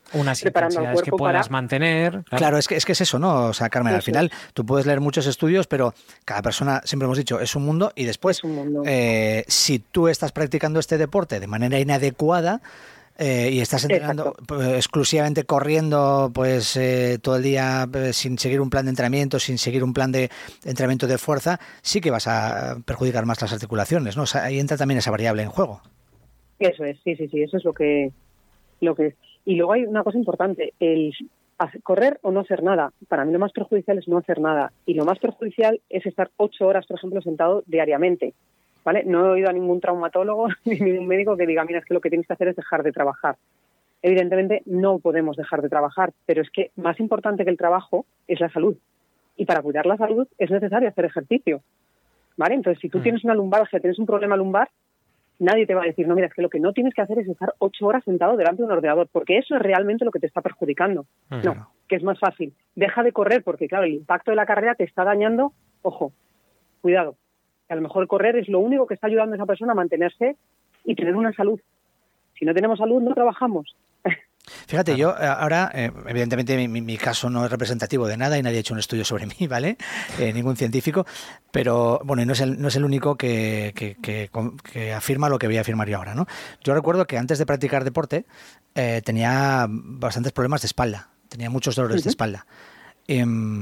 unas preparando al intensidades que cuerpo puedas para... mantener. Claro. Claro, es que, es que es eso, ¿no? O sea, Carmen, al Eso final es. tú puedes leer muchos estudios, pero cada persona, siempre hemos dicho, es un mundo y después, Es un mundo. eh, si tú estás practicando este deporte de manera inadecuada, Eh, y estás entrenando pues, exclusivamente corriendo pues eh, todo el día eh, sin seguir un plan de entrenamiento, sin seguir un plan de entrenamiento de fuerza, sí que vas a perjudicar más las articulaciones, ¿no? O sea, ahí entra también esa variable en juego. Eso es, sí, sí, sí, eso es lo que, lo que es. Y luego hay una cosa importante, el hacer, correr o no hacer nada. Para mí lo más perjudicial es no hacer nada. Y lo más perjudicial es estar ocho horas, por ejemplo, sentado diariamente. ¿Vale? No he oído a ningún traumatólogo ni ningún médico que diga, mira, es que lo que tienes que hacer es dejar de trabajar. Evidentemente no podemos dejar de trabajar, pero es que más importante que el trabajo es la salud. Y para cuidar la salud es necesario hacer ejercicio. ¿Vale? Entonces, si tú tienes una lumbalgia, tienes un problema lumbar, nadie te va a decir, no, mira, es que lo que no tienes que hacer es estar ocho horas sentado delante de un ordenador, porque eso es realmente lo que te está perjudicando. Uh-huh. No, que es más fácil. Deja de correr, porque claro, el impacto de la carrera te está dañando. Ojo, cuidado. A lo mejor correr es lo único que está ayudando a esa persona a mantenerse y tener una salud. Si no tenemos salud, no trabajamos. Fíjate, yo ahora, eh, evidentemente mi, mi caso no es representativo de nada y nadie ha hecho un estudio sobre mí, ¿vale? Eh, ningún científico, pero bueno, y no es el, no es el único que, que, que, que afirma lo que voy a afirmar yo ahora, ¿no? Yo recuerdo que antes de practicar deporte eh, tenía bastantes problemas de espalda, tenía muchos dolores uh-huh. de espalda. Eh,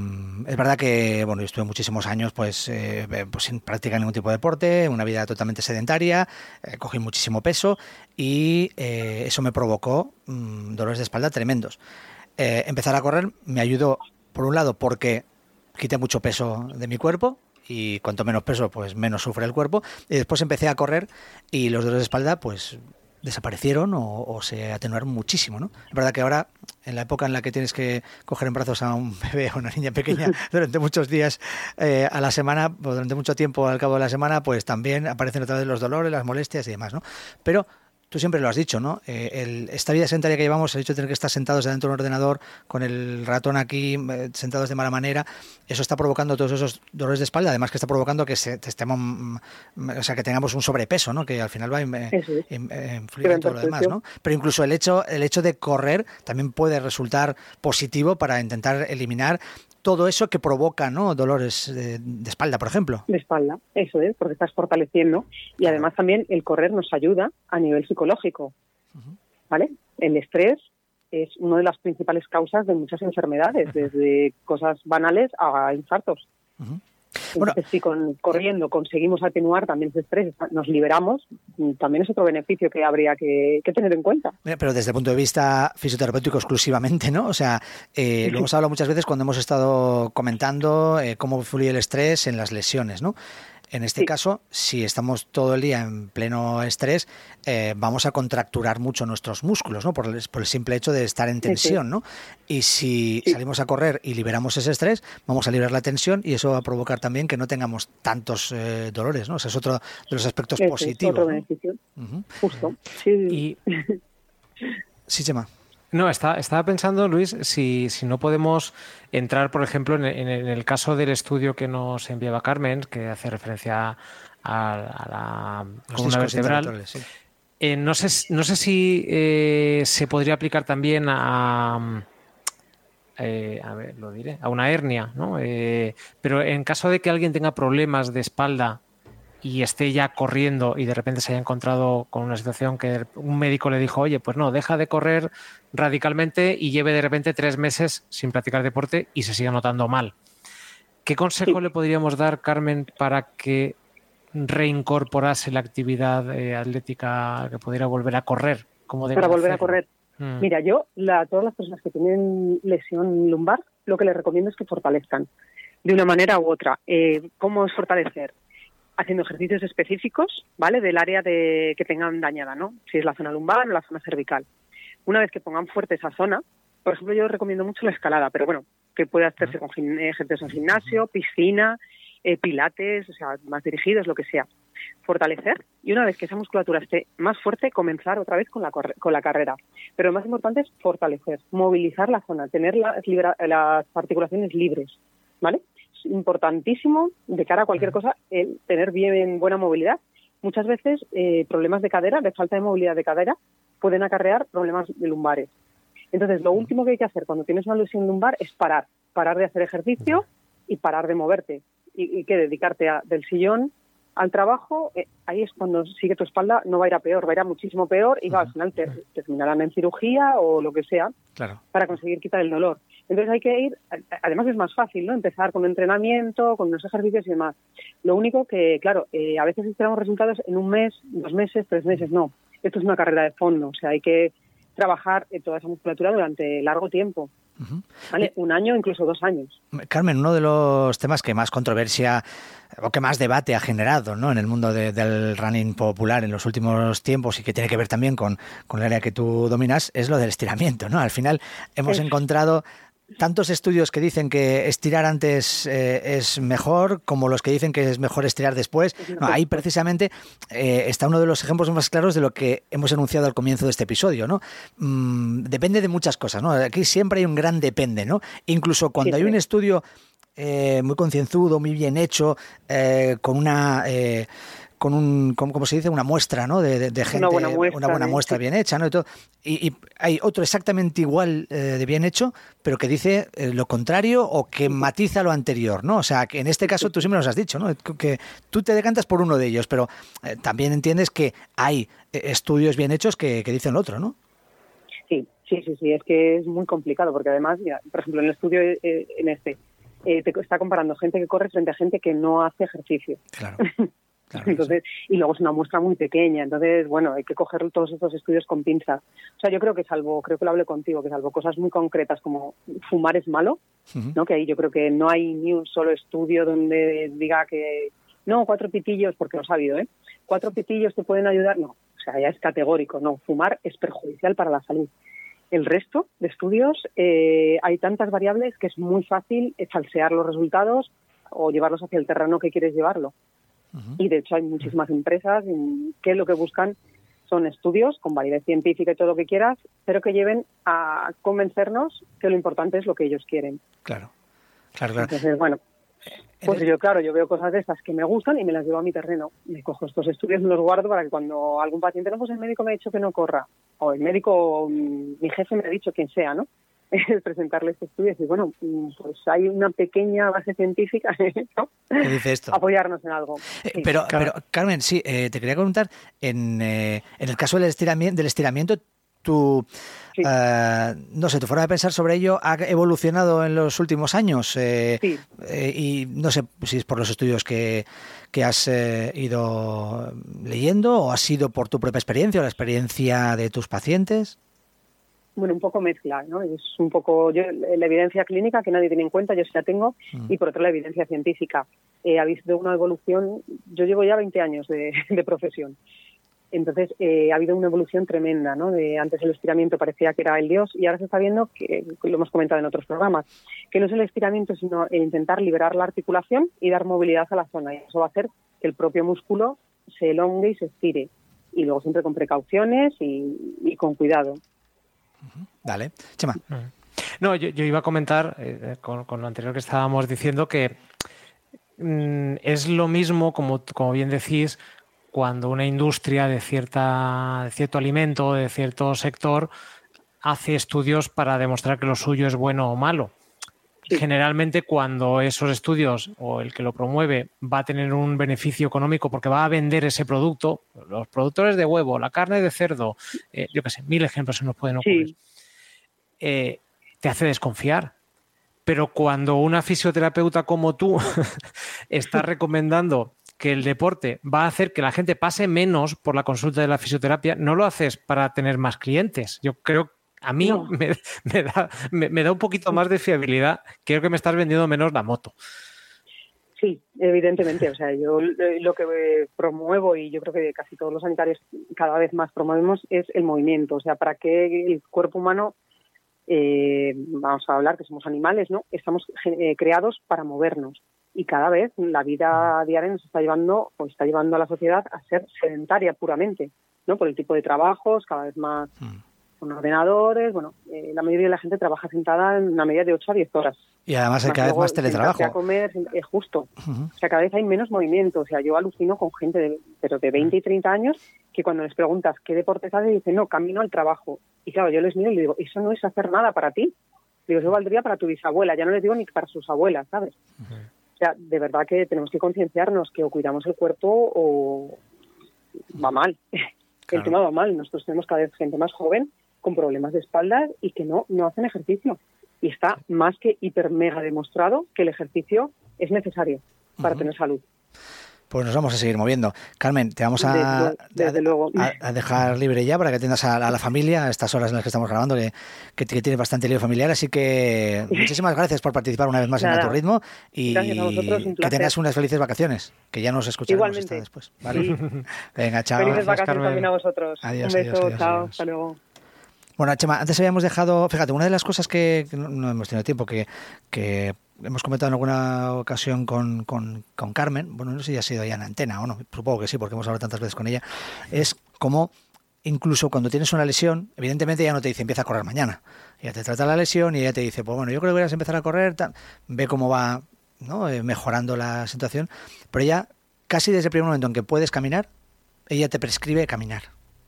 es verdad que bueno, yo estuve muchísimos años pues, eh, pues sin practicar ningún tipo de deporte, una vida totalmente sedentaria, eh, cogí muchísimo peso y eh, eso me provocó mmm, dolores de espalda tremendos. Eh, empezar a correr me ayudó, por un lado, porque quité mucho peso de mi cuerpo y cuanto menos peso, pues menos sufre el cuerpo. Y después empecé a correr y los dolores de espalda, pues desaparecieron o, o se atenuaron muchísimo, ¿no? Es verdad que ahora, en la época en la que tienes que coger en brazos a un bebé o una niña pequeña durante muchos días eh, a la semana, o durante mucho tiempo al cabo de la semana, pues también aparecen otra vez los dolores, las molestias y demás, ¿no? Pero tú siempre lo has dicho, ¿no? Eh, el, esta vida sedentaria que llevamos, el hecho de tener que estar sentados delante de un ordenador con el ratón aquí, eh, sentados de mala manera, eso está provocando todos esos dolores de espalda, además que está provocando que se, estemos, o sea, que tengamos un sobrepeso, ¿no? Que al final va a influir en todo lo demás, ¿no? Pero incluso el hecho, el hecho de correr también puede resultar positivo para intentar eliminar todo eso que provoca, ¿no? Dolores de, de espalda, por ejemplo. De espalda, eso es, porque estás fortaleciendo. Y además también el correr nos ayuda a nivel psicológico, uh-huh. ¿vale? El estrés es una de las principales causas de muchas enfermedades, uh-huh. desde cosas banales a infartos. Uh-huh. Bueno, entonces, si con, corriendo conseguimos atenuar también ese estrés, nos liberamos, también es otro beneficio que habría que, que tener en cuenta. Pero desde el punto de vista fisioterapéutico exclusivamente, ¿no? O sea, eh, lo hemos hablado muchas veces cuando hemos estado comentando eh, cómo influye el estrés en las lesiones, ¿no? En este sí. caso, si estamos todo el día en pleno estrés, eh, vamos a contracturar mucho nuestros músculos, ¿no? Por el, por el simple hecho de estar en tensión, sí, sí. ¿no? Y si sí. salimos a correr y liberamos ese estrés, vamos a liberar la tensión y eso va a provocar también que no tengamos tantos eh, dolores, ¿no? O sea, es otro de los aspectos Ese positivos. Es otro ¿no? beneficio. Uh-huh. Justo. Sí. Y... sí, Chema. No, está, estaba pensando, Luis, si, si no podemos entrar, por ejemplo, en, en, en el caso del estudio que nos enviaba Carmen, que hace referencia a, a la columna vertebral. Sí. Eh, no sé, no sé si eh, se podría aplicar también a, eh, a ver, lo diré, a una hernia, ¿no? Eh, pero en caso de que alguien tenga problemas de espalda y esté ya corriendo y de repente se haya encontrado con una situación que un médico le dijo, oye, pues no, deja de correr radicalmente y lleve de repente tres meses sin practicar deporte y se siga notando mal. ¿Qué consejo sí. le podríamos dar, Carmen, para que reincorporase la actividad eh, atlética, que pudiera volver a correr? ¿Cómo para volver hacerlo? a correr. Mm. Mira, yo la, a todas las personas que tienen lesión lumbar, lo que les recomiendo es que fortalezcan de una manera u otra. Eh, ¿Cómo es fortalecer? Haciendo ejercicios específicos, ¿vale? Del área de que tengan dañada, ¿no? Si es la zona lumbar o la zona cervical. Una vez que pongan fuerte esa zona, por ejemplo, yo recomiendo mucho la escalada, pero bueno, que puede hacerse con ejercicios en gimnasio, piscina, eh, pilates, o sea, más dirigidos, lo que sea. Fortalecer y una vez que esa musculatura esté más fuerte, comenzar otra vez con la, con la carrera. Pero lo más importante es fortalecer, movilizar la zona, tener las, libera, las articulaciones libres, ¿vale? Importantísimo de cara a cualquier cosa el tener bien buena movilidad. Muchas veces eh, problemas de cadera, de falta de movilidad de cadera, pueden acarrear problemas de lumbares. Entonces, lo último que hay que hacer cuando tienes una lesión lumbar es parar, parar de hacer ejercicio y parar de moverte. Y, y que dedicarte a, del sillón al trabajo, eh, ahí es cuando sigue tu espalda, no va a ir a peor, va a ir a muchísimo peor y va, al final te, te terminarán en cirugía o lo que sea, claro, para conseguir quitar el dolor. Entonces hay que ir, además es más fácil, ¿no? Empezar con entrenamiento, con unos ejercicios y demás. Lo único que, claro, eh, a veces esperamos resultados en un mes, dos meses, tres meses, no. Esto es una carrera de fondo, o sea, hay que trabajar eh, toda esa musculatura durante largo tiempo. Uh-huh. ¿Vale? Un año, incluso dos años. Carmen, uno de los temas que más controversia o que más debate ha generado, ¿no?, en el mundo de, del running popular en los últimos tiempos y que tiene que ver también con, con el área que tú dominas, es lo del estiramiento, ¿no? Al final hemos sí. encontrado tantos estudios que dicen que estirar antes eh, es mejor, como los que dicen que es mejor estirar después. No, ahí precisamente eh, está uno de los ejemplos más claros de lo que hemos enunciado al comienzo de este episodio, ¿no? Mm, depende de muchas cosas, ¿no? Aquí siempre hay un gran depende, ¿no? Incluso cuando sí, hay un estudio eh, muy concienzudo, muy bien hecho, eh, con una... Eh, con un, como se dice, una muestra, ¿no?, de, de, de gente, una buena muestra, una buena muestra bien hecha, ¿no? Y, todo. Y, y hay otro exactamente igual eh, de bien hecho, pero que dice eh, lo contrario o que matiza lo anterior, ¿no? O sea, que en este caso tú siempre nos has dicho, ¿no?, que tú te decantas por uno de ellos, pero eh, también entiendes que hay eh, estudios bien hechos que, que dicen lo otro, ¿no? Sí, sí, sí, sí, es que es muy complicado, porque además, mira, por ejemplo, en el estudio eh, en este, eh, te está comparando gente que corre frente a gente que no hace ejercicio. Claro. Claro, entonces, y luego es una muestra muy pequeña, entonces, bueno, hay que coger todos estos estudios con pinzas. O sea, yo creo que salvo, creo que lo hablé contigo, que salvo cosas muy concretas como fumar es malo, uh-huh. ¿no? Que ahí yo creo que no hay ni un solo estudio donde diga que, no, cuatro pitillos, porque lo he sabido, ¿eh? Cuatro pitillos te pueden ayudar, no, o sea, ya es categórico, no, fumar es perjudicial para la salud. El resto de estudios, eh, hay tantas variables que es muy fácil falsear los resultados o llevarlos hacia el terreno que quieres llevarlo. Uh-huh. Y de hecho hay muchísimas empresas que lo que buscan son estudios con validez científica y todo lo que quieras, pero que lleven a convencernos que lo importante es lo que ellos quieren. Claro, claro, claro. Entonces, bueno, pues yo, claro, yo veo cosas de estas que me gustan y me las llevo a mi terreno. Me cojo estos estudios, me los guardo para que cuando algún paciente, no, pues el médico me ha dicho que no corra, o el médico, o mi jefe me ha dicho, quien sea, ¿no?, presentarle este estudio y decir, bueno, pues hay una pequeña base científica, ¿no?, ¿qué dice esto? Apoyarnos en algo. Eh, sí. pero, pero, Carmen, sí, eh, te quería preguntar, en, eh, en el caso del estiramiento, del estiramiento tu, sí. uh, no sé, tu forma de pensar sobre ello ha evolucionado en los últimos años eh, sí. eh, y no sé si es por los estudios que, que has eh, ido leyendo o ha sido por tu propia experiencia o la experiencia de tus pacientes. Bueno, un poco mezcla, ¿no? Es un poco yo, la evidencia clínica que nadie tiene en cuenta, yo sí la tengo, mm. y por otro la evidencia científica. Eh, ha habido una evolución, yo llevo ya veinte años de, de profesión, entonces eh, ha habido una evolución tremenda, ¿no? De, antes el estiramiento parecía que era el dios y ahora se está viendo, que lo hemos comentado en otros programas, que no es el estiramiento sino el intentar liberar la articulación y dar movilidad a la zona, y eso va a hacer que el propio músculo se elongue y se estire, y luego siempre con precauciones y, y con cuidado. Dale, Chema. No, yo, yo iba a comentar eh, con, con lo anterior que estábamos diciendo que mm, es lo mismo, como, como bien decís, cuando una industria de, cierta, de cierto alimento, de cierto sector, hace estudios para demostrar que lo suyo es bueno o malo. Sí. Generalmente cuando esos estudios o el que lo promueve va a tener un beneficio económico porque va a vender ese producto, los productores de huevo, la carne de cerdo, eh, yo qué sé, mil ejemplos se nos pueden ocurrir, sí. eh, te hace desconfiar. Pero cuando una fisioterapeuta como tú está recomendando que el deporte va a hacer que la gente pase menos por la consulta de la fisioterapia, no lo haces para tener más clientes. Yo creo que a mí no. me, me, da, me, me da un poquito más de fiabilidad. Creo que me estás vendiendo menos la moto. Sí, evidentemente. O sea, yo lo que promuevo, y yo creo que casi todos los sanitarios cada vez más promovemos, es el movimiento. O sea, para que el cuerpo humano, eh, vamos a hablar que somos animales, ¿no? Estamos eh, creados para movernos. Y cada vez la vida diaria nos está llevando, o está llevando a la sociedad a ser sedentaria puramente, ¿no? Por el tipo de trabajos, cada vez más... Mm. con ordenadores, bueno, eh, la mayoría de la gente trabaja sentada en una media de ocho a diez horas. Y además hay cada vez más teletrabajo. A comer, es justo. Uh-huh. O sea, cada vez hay menos movimiento. O sea, yo alucino con gente de, pero de veinte y treinta años que cuando les preguntas qué deportes hace, dicen, no, camino al trabajo. Y claro, yo les miro y le digo, eso no es hacer nada para ti. Digo, eso valdría para tu bisabuela, ya no les digo ni para sus abuelas, ¿sabes? Uh-huh. O sea, de verdad que tenemos que concienciarnos que o cuidamos el cuerpo o va mal. Claro. El tema va mal. Nosotros tenemos cada vez gente más joven con problemas de espalda y que no, no hacen ejercicio. Y está más que hiper mega demostrado que el ejercicio es necesario para uh-huh. tener salud. Pues nos vamos a seguir moviendo. Carmen, te vamos a, desde, desde luego. a, a dejar libre ya para que atiendas a, a la familia a estas horas en las que estamos grabando, que, que, que tienes bastante lío familiar. Así que muchísimas gracias por participar una vez más Nada. en A Tu Ritmo y que tengas unas felices vacaciones, que ya nos escucharemos hasta después. ¿Vale? Sí. Venga, chao. Felices vacaciones Carmen. También a vosotros. Adiós, Un beso, adiós, adiós, chao, adiós. hasta luego. Bueno, Chema, antes habíamos dejado, fíjate, una de las cosas que, que no, no hemos tenido tiempo, que, que hemos comentado en alguna ocasión con, con, con Carmen, bueno, no sé si ha sido ya en antena o no, supongo que sí, porque hemos hablado tantas veces con ella, es cómo incluso cuando tienes una lesión, evidentemente ya no te dice empieza a correr mañana, ella te trata la lesión y ella te dice, pues bueno, yo creo que deberías empezar a correr, tal, ve cómo va, ¿no? eh, mejorando la situación, pero ella casi desde el primer momento en que puedes caminar, ella te prescribe caminar.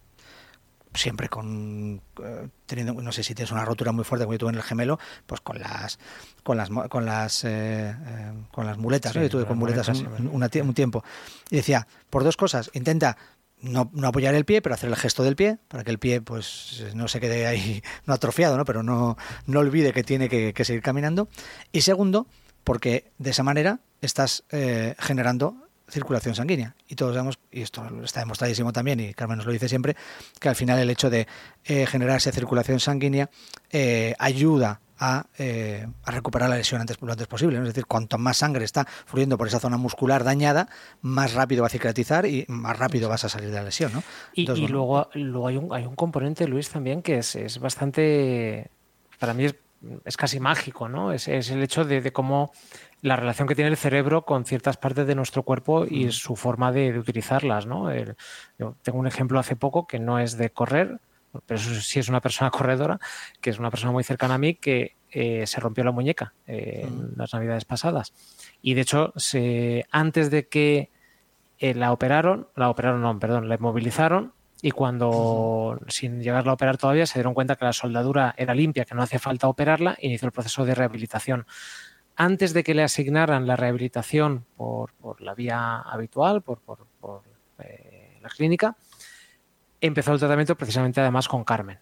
Siempre con eh, teniendo, no sé si tienes una rotura muy fuerte como yo tuve en el gemelo, pues con las con las con las eh, eh, con las muletas, sí, ¿no? Yo tuve con muletas, muletas un, una, un tiempo y decía, por dos cosas, intenta no, no apoyar el pie, pero hacer el gesto del pie para que el pie pues no se quede ahí no atrofiado, ¿no? Pero no no olvide que tiene que, que seguir caminando. Y segundo, porque de esa manera estás eh, generando circulación sanguínea. Y todos sabemos, y esto está demostradísimo también, y Carmen nos lo dice siempre, que al final el hecho de eh, generar esa circulación sanguínea eh, ayuda a, eh, a recuperar la lesión antes, lo antes posible, ¿no? Es decir, cuanto más sangre está fluyendo por esa zona muscular dañada, más rápido va a cicatrizar y más rápido vas a salir de la lesión, ¿no? Y, Entonces, y bueno, luego, luego hay un, hay un componente, Luis, también que es, es bastante, para mí es, es casi mágico, ¿no? Es, es el hecho de, de cómo la relación que tiene el cerebro con ciertas partes de nuestro cuerpo y su forma de, de utilizarlas, ¿no? El, yo tengo un ejemplo hace poco que no es de correr, pero eso sí es una persona corredora, que es una persona muy cercana a mí que eh, se rompió la muñeca eh, en las navidades pasadas. Y de hecho, se, antes de que eh, la operaron, la operaron, no, perdón, la inmovilizaron, y cuando, uh-huh. sin llegarla a operar todavía, se dieron cuenta que la soldadura era limpia, que no hacía falta operarla, inició el proceso de rehabilitación. Antes de que le asignaran la rehabilitación por, por la vía habitual, por, por, por eh, la clínica, empezó el tratamiento precisamente además con Carmen.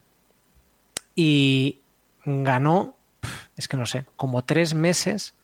Y ganó, es que no sé, como tres meses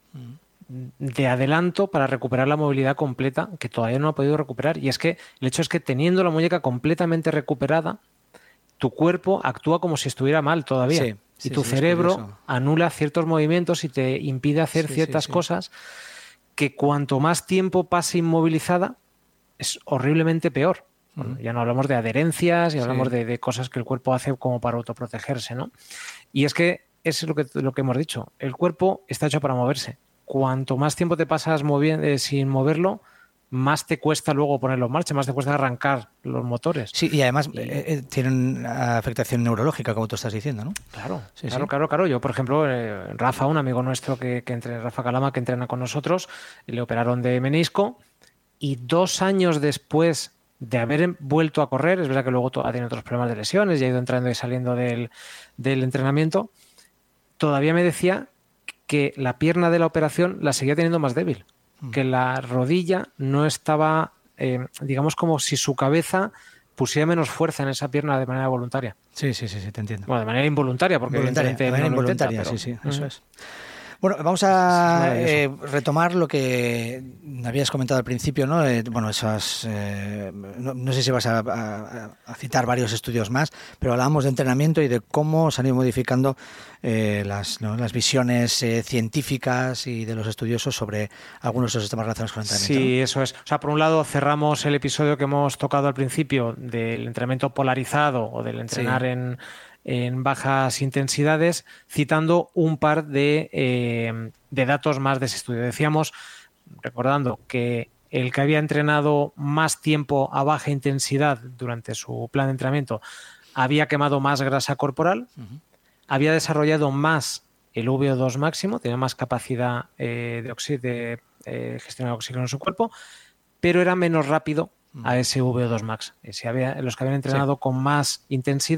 de adelanto para recuperar la movilidad completa, que todavía no ha podido recuperar. Y es que el hecho es que teniendo la muñeca completamente recuperada, tu cuerpo actúa como si estuviera mal todavía. Sí. Y sí, tu sí, cerebro anula ciertos movimientos y te impide hacer sí, ciertas sí, sí. cosas que cuanto más tiempo pase inmovilizada es horriblemente peor. Mm. Bueno, ya no hablamos de adherencias y sí. hablamos de, de cosas que el cuerpo hace como para autoprotegerse, ¿no? Y es que es lo que, lo que hemos dicho. El cuerpo está hecho para moverse. Cuanto más tiempo te pasas moviendo, eh, sin moverlo, más te cuesta luego ponerlo en marcha, más te cuesta arrancar los motores. Sí, y además y, eh, tienen afectación neurológica, como tú estás diciendo, ¿no? Claro, sí, claro, sí. claro, claro. Yo, por ejemplo, eh, Rafa, un amigo nuestro que, que entrena, Rafa Calama, que entrena con nosotros, le operaron de menisco y dos años después de haber vuelto a correr, es verdad que luego ha tenido otros problemas de lesiones y ha ido entrando y saliendo del, del entrenamiento, todavía me decía que la pierna de la operación la seguía teniendo más débil. Que la rodilla no estaba, eh, digamos, como si su cabeza pusiera menos fuerza en esa pierna de manera voluntaria. Sí, sí, sí, sí, te entiendo. Bueno, de manera involuntaria, porque voluntaria, evidentemente de manera no lo involuntaria, intenta, sí, pero... sí, eso uh-huh. es. Bueno, vamos a eh, retomar lo que habías comentado al principio, ¿no? Eh, bueno, esas, eh, no, no sé si vas a, a, a citar varios estudios más, pero hablábamos de entrenamiento y de cómo se han ido modificando eh, las, ¿no? las visiones eh, científicas y de los estudiosos sobre algunos de esos temas relacionados con el entrenamiento. Sí, ¿no? eso es. O sea, por un lado cerramos el episodio que hemos tocado al principio del entrenamiento polarizado o del entrenar sí. en... en bajas intensidades, citando un par de, eh, de datos más de ese estudio. Decíamos, recordando que el que había entrenado más tiempo a baja intensidad durante su plan de entrenamiento había quemado más grasa corporal, uh-huh. había desarrollado más el V O dos máximo, tenía más capacidad eh, de, oxi- de eh, gestionar oxígeno en su cuerpo, pero era menos rápido uh-huh. a ese V O dos max. Si había, los que habían entrenado sí. con más intensidad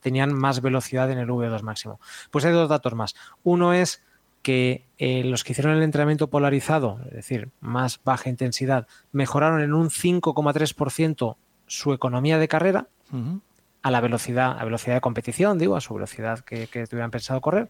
tenían más velocidad en el V O dos máximo. Pues hay dos datos más. Uno es que eh, los que hicieron el entrenamiento polarizado, es decir, más baja intensidad, mejoraron en un cinco coma tres por ciento su economía de carrera uh-huh. a la velocidad, a velocidad de competición, digo, a su velocidad que, que tuvieran pensado correr.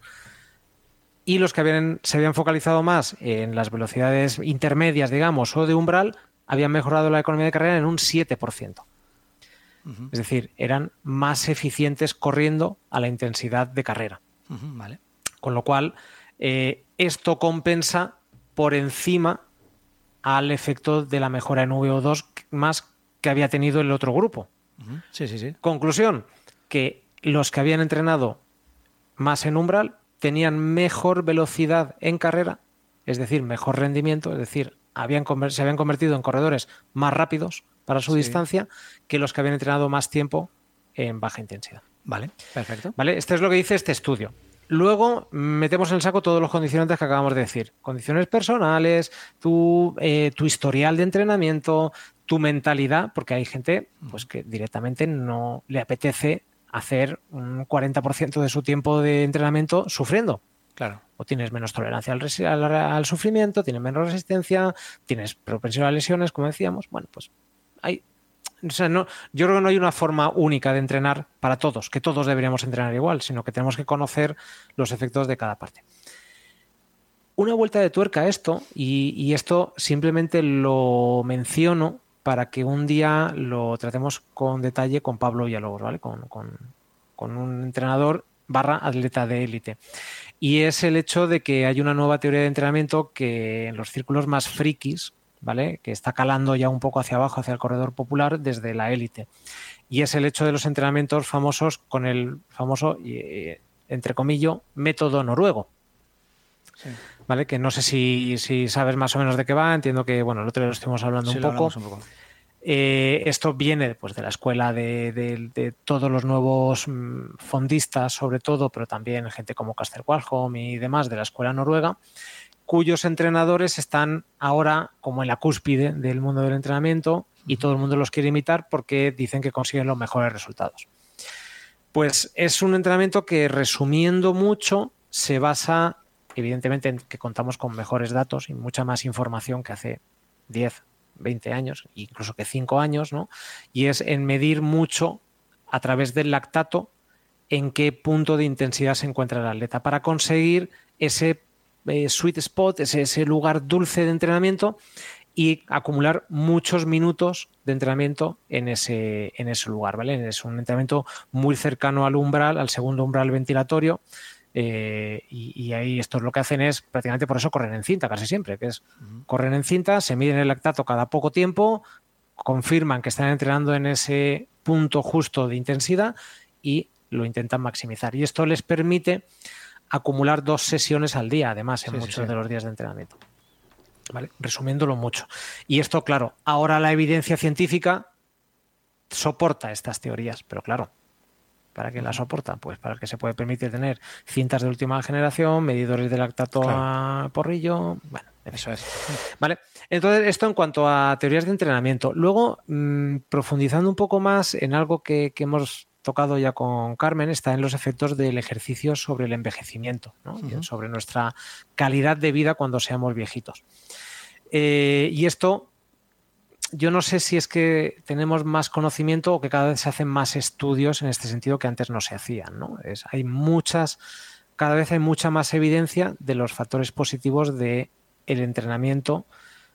Y los que habían, se habían focalizado más en las velocidades intermedias, digamos, o de umbral, habían mejorado la economía de carrera en un siete por ciento. Uh-huh. Es decir, eran más eficientes corriendo a la intensidad de carrera. Uh-huh, vale. Con lo cual, eh, esto compensa por encima al efecto de la mejora en V O dos más que había tenido el otro grupo. Uh-huh. Sí, sí, sí. Conclusión, que los que habían entrenado más en umbral tenían mejor velocidad en carrera, es decir, mejor rendimiento, es decir, habían se habían convertido en corredores más rápidos para su sí. distancia que los que habían entrenado más tiempo en baja intensidad. Vale, perfecto. Vale, esto es lo que dice este estudio. Luego metemos en el saco todos los condicionantes que acabamos de decir. Condiciones personales, tu, eh, tu historial de entrenamiento, tu mentalidad, porque hay gente pues, que directamente no le apetece hacer un cuarenta por ciento de su tiempo de entrenamiento sufriendo. Claro. O tienes menos tolerancia al, res- al, al sufrimiento, tienes menos resistencia, tienes propensión a lesiones, como decíamos. Bueno, pues hay... O sea, no, yo creo que no hay una forma única de entrenar para todos, que todos deberíamos entrenar igual, sino que tenemos que conocer los efectos de cada parte. Una vuelta de tuerca a esto, y, y esto simplemente lo menciono para que un día lo tratemos con detalle con Pablo Villalobos, ¿vale? Con, con, con un entrenador barra atleta de élite. Y es el hecho de que hay una nueva teoría de entrenamiento que en los círculos más frikis, ¿vale? Que está calando ya un poco hacia abajo, hacia el corredor popular desde la élite. Y es el hecho de los entrenamientos famosos con el famoso, eh, entre comillas, método noruego. Sí. ¿Vale? Que no sé si, si sabes más o menos de qué va. Entiendo que, bueno, el otro día lo estuvimos hablando sí, un, poco. un poco. Eh, esto viene pues, de la escuela de, de, de todos los nuevos mmm, fondistas, sobre todo, pero también gente como Kasper Walholm y demás de la escuela noruega, cuyos entrenadores están ahora como en la cúspide del mundo del entrenamiento y todo el mundo los quiere imitar porque dicen que consiguen los mejores resultados. Pues es un entrenamiento que, resumiendo mucho, se basa, evidentemente, en que contamos con mejores datos y mucha más información que hace diez, veinte años, incluso que cinco años, ¿no? Y es en medir mucho a través del lactato en qué punto de intensidad se encuentra el atleta para conseguir ese Eh, sweet spot, ese, ese lugar dulce de entrenamiento y acumular muchos minutos de entrenamiento en ese, en ese lugar, ¿vale? Es un entrenamiento muy cercano al umbral, al segundo umbral ventilatorio eh, y, y ahí esto es lo que hacen es prácticamente por eso corren en cinta casi siempre, que es uh-huh. corren en cinta, se miden el lactato cada poco tiempo, confirman que están entrenando en ese punto justo de intensidad y lo intentan maximizar y esto les permite acumular dos sesiones al día, además, en sí, muchos sí, sí. de los días de entrenamiento. ¿Vale? Resumiéndolo mucho. Y esto, claro, ahora la evidencia científica soporta estas teorías, pero claro, ¿para qué la soporta? Pues para que se puede permitir tener cintas de última generación, medidores de lactato claro. a porrillo, bueno, eso es. ¿Vale? Entonces, esto en cuanto a teorías de entrenamiento. Luego, mmm, profundizando un poco más en algo que, que hemos tocado ya con Carmen, está en los efectos del ejercicio sobre el envejecimiento, ¿no? Uh-huh. Sobre nuestra calidad de vida cuando seamos viejitos. Eh, y esto, yo no sé si es que tenemos más conocimiento o que cada vez se hacen más estudios en este sentido que antes no se hacían, ¿no? Es, hay muchas, cada vez hay mucha más evidencia de los factores positivos del entrenamiento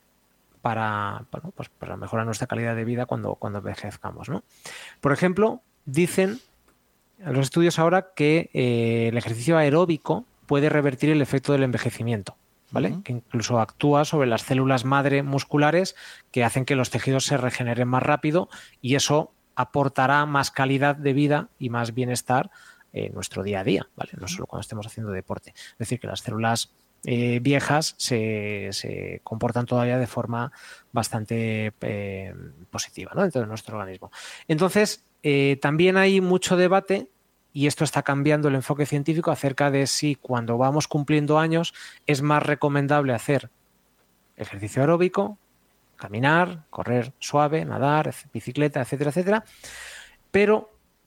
para, bueno, pues para mejorar nuestra calidad de vida cuando, cuando envejezcamos, ¿no? Por ejemplo, dicen los estudios ahora que eh, el ejercicio aeróbico puede revertir el efecto del envejecimiento, ¿vale? Uh-huh. Que incluso actúa sobre las células madre musculares que hacen que los tejidos se regeneren más rápido y eso aportará más calidad de vida y más bienestar en nuestro día a día, ¿vale? No solo cuando estemos haciendo deporte. Es decir, que las células eh, viejas se, se comportan todavía de forma bastante eh, positiva, ¿no? Dentro de nuestro organismo. Entonces, Eh, también hay mucho debate, y esto está cambiando el enfoque científico, acerca de si cuando vamos cumpliendo años es más recomendable hacer ejercicio aeróbico, caminar, correr suave, nadar, bicicleta, etcétera, etcétera. Pero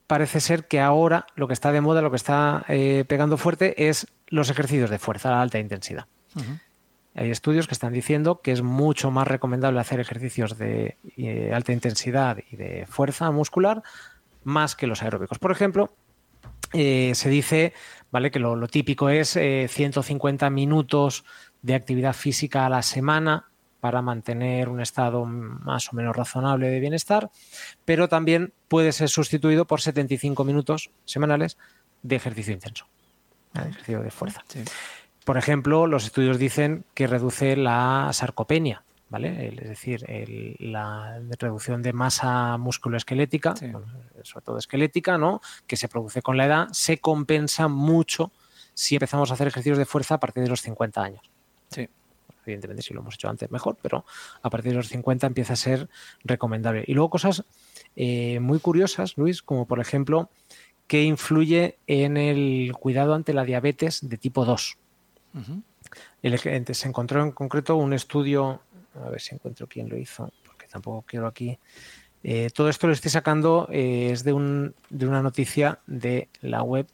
parece ser que ahora lo que está de moda, lo que está eh, pegando fuerte es los ejercicios de fuerza a alta intensidad. Uh-huh. Hay estudios que están diciendo que es mucho más recomendable hacer ejercicios de eh, alta intensidad y de fuerza muscular más que los aeróbicos. Por ejemplo, eh, se dice, ¿vale?, que lo, lo típico es eh, ciento cincuenta minutos de actividad física a la semana para mantener un estado más o menos razonable de bienestar, pero también puede ser sustituido por setenta y cinco minutos semanales de ejercicio intenso, de ejercicio de fuerza. Sí. Por ejemplo, los estudios dicen que reduce la sarcopenia, ¿vale? Es decir, el, la reducción de masa musculoesquelética, sí. sobre todo esquelética, ¿no?, que se produce con la edad, se compensa mucho si empezamos a hacer ejercicios de fuerza a partir de los cincuenta años. Sí. Evidentemente, si lo hemos hecho antes, mejor, pero a partir de los cincuenta empieza a ser recomendable. Y luego cosas eh, muy curiosas, Luis, como por ejemplo, que influye en el cuidado ante la diabetes de tipo dos. Uh-huh. El, se encontró en concreto un estudio, a ver si encuentro quién lo hizo, porque tampoco quiero aquí. Eh, todo esto lo estoy sacando, eh, es de, un, de una noticia de la web.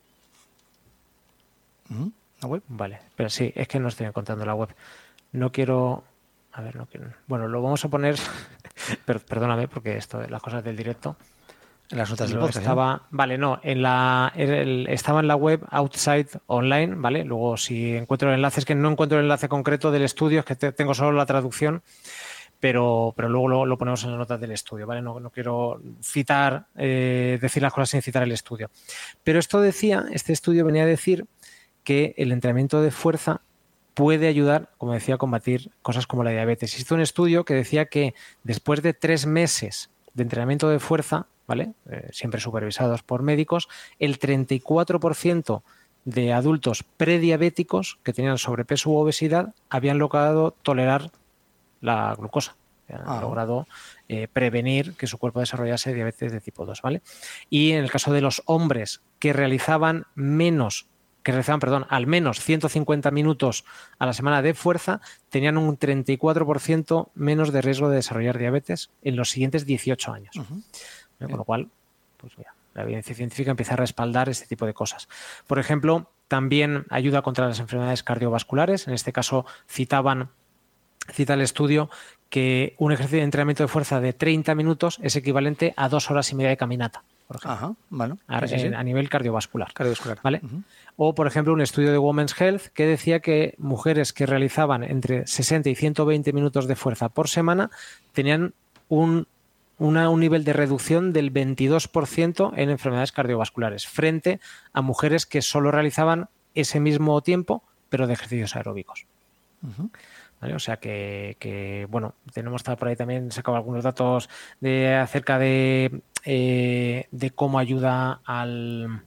Uh-huh. ¿La web? Vale, pero sí, es que no estoy encontrando la web. No quiero. A ver, no quiero. Bueno, lo vamos a poner. Pero, perdóname, porque esto, las cosas del directo. En las notas del podcast. Estaba, ¿no? Vale, no, en la, el, estaba en la web Outside Online, ¿vale? Luego, si encuentro el enlace, es que no encuentro el enlace concreto del estudio, es que te, tengo solo la traducción, pero, pero luego lo, lo ponemos en las notas del estudio, ¿vale? No, no quiero citar, eh, decir las cosas sin citar el estudio. Pero esto decía, este estudio venía a decir que el entrenamiento de fuerza puede ayudar, como decía, a combatir cosas como la diabetes. Existe un estudio que decía que después de tres meses de entrenamiento de fuerza, ¿vale?, eh, siempre supervisados por médicos, el treinta y cuatro por ciento de adultos prediabéticos que tenían sobrepeso u obesidad habían logrado tolerar la glucosa, han ah. logrado eh, prevenir que su cuerpo desarrollase diabetes de tipo dos, ¿vale? Y en el caso de los hombres que realizaban menos que realizaban, perdón, al menos ciento cincuenta minutos a la semana de fuerza, tenían un treinta y cuatro por ciento menos de riesgo de desarrollar diabetes en los siguientes dieciocho años. Uh-huh. ¿Eh? Con lo cual, pues mira, la evidencia científica empieza a respaldar este tipo de cosas. Por ejemplo, también ayuda contra las enfermedades cardiovasculares. En este caso, citaban, cita el estudio que un ejercicio de entrenamiento de fuerza de treinta minutos es equivalente a dos horas y media de caminata. Por ejemplo, Ajá, bueno, a, sí, sí. a nivel cardiovascular. Cardiovascular. ¿Vale? Uh-huh. O, por ejemplo, un estudio de Women's Health que decía que mujeres que realizaban entre sesenta y ciento veinte minutos de fuerza por semana tenían un, una, un nivel de reducción del veintidós por ciento en enfermedades cardiovasculares, frente a mujeres que solo realizaban ese mismo tiempo, pero de ejercicios aeróbicos. Uh-huh. ¿Vale? O sea que, que, bueno, tenemos por ahí también sacado algunos datos de acerca de, eh, de cómo ayuda al...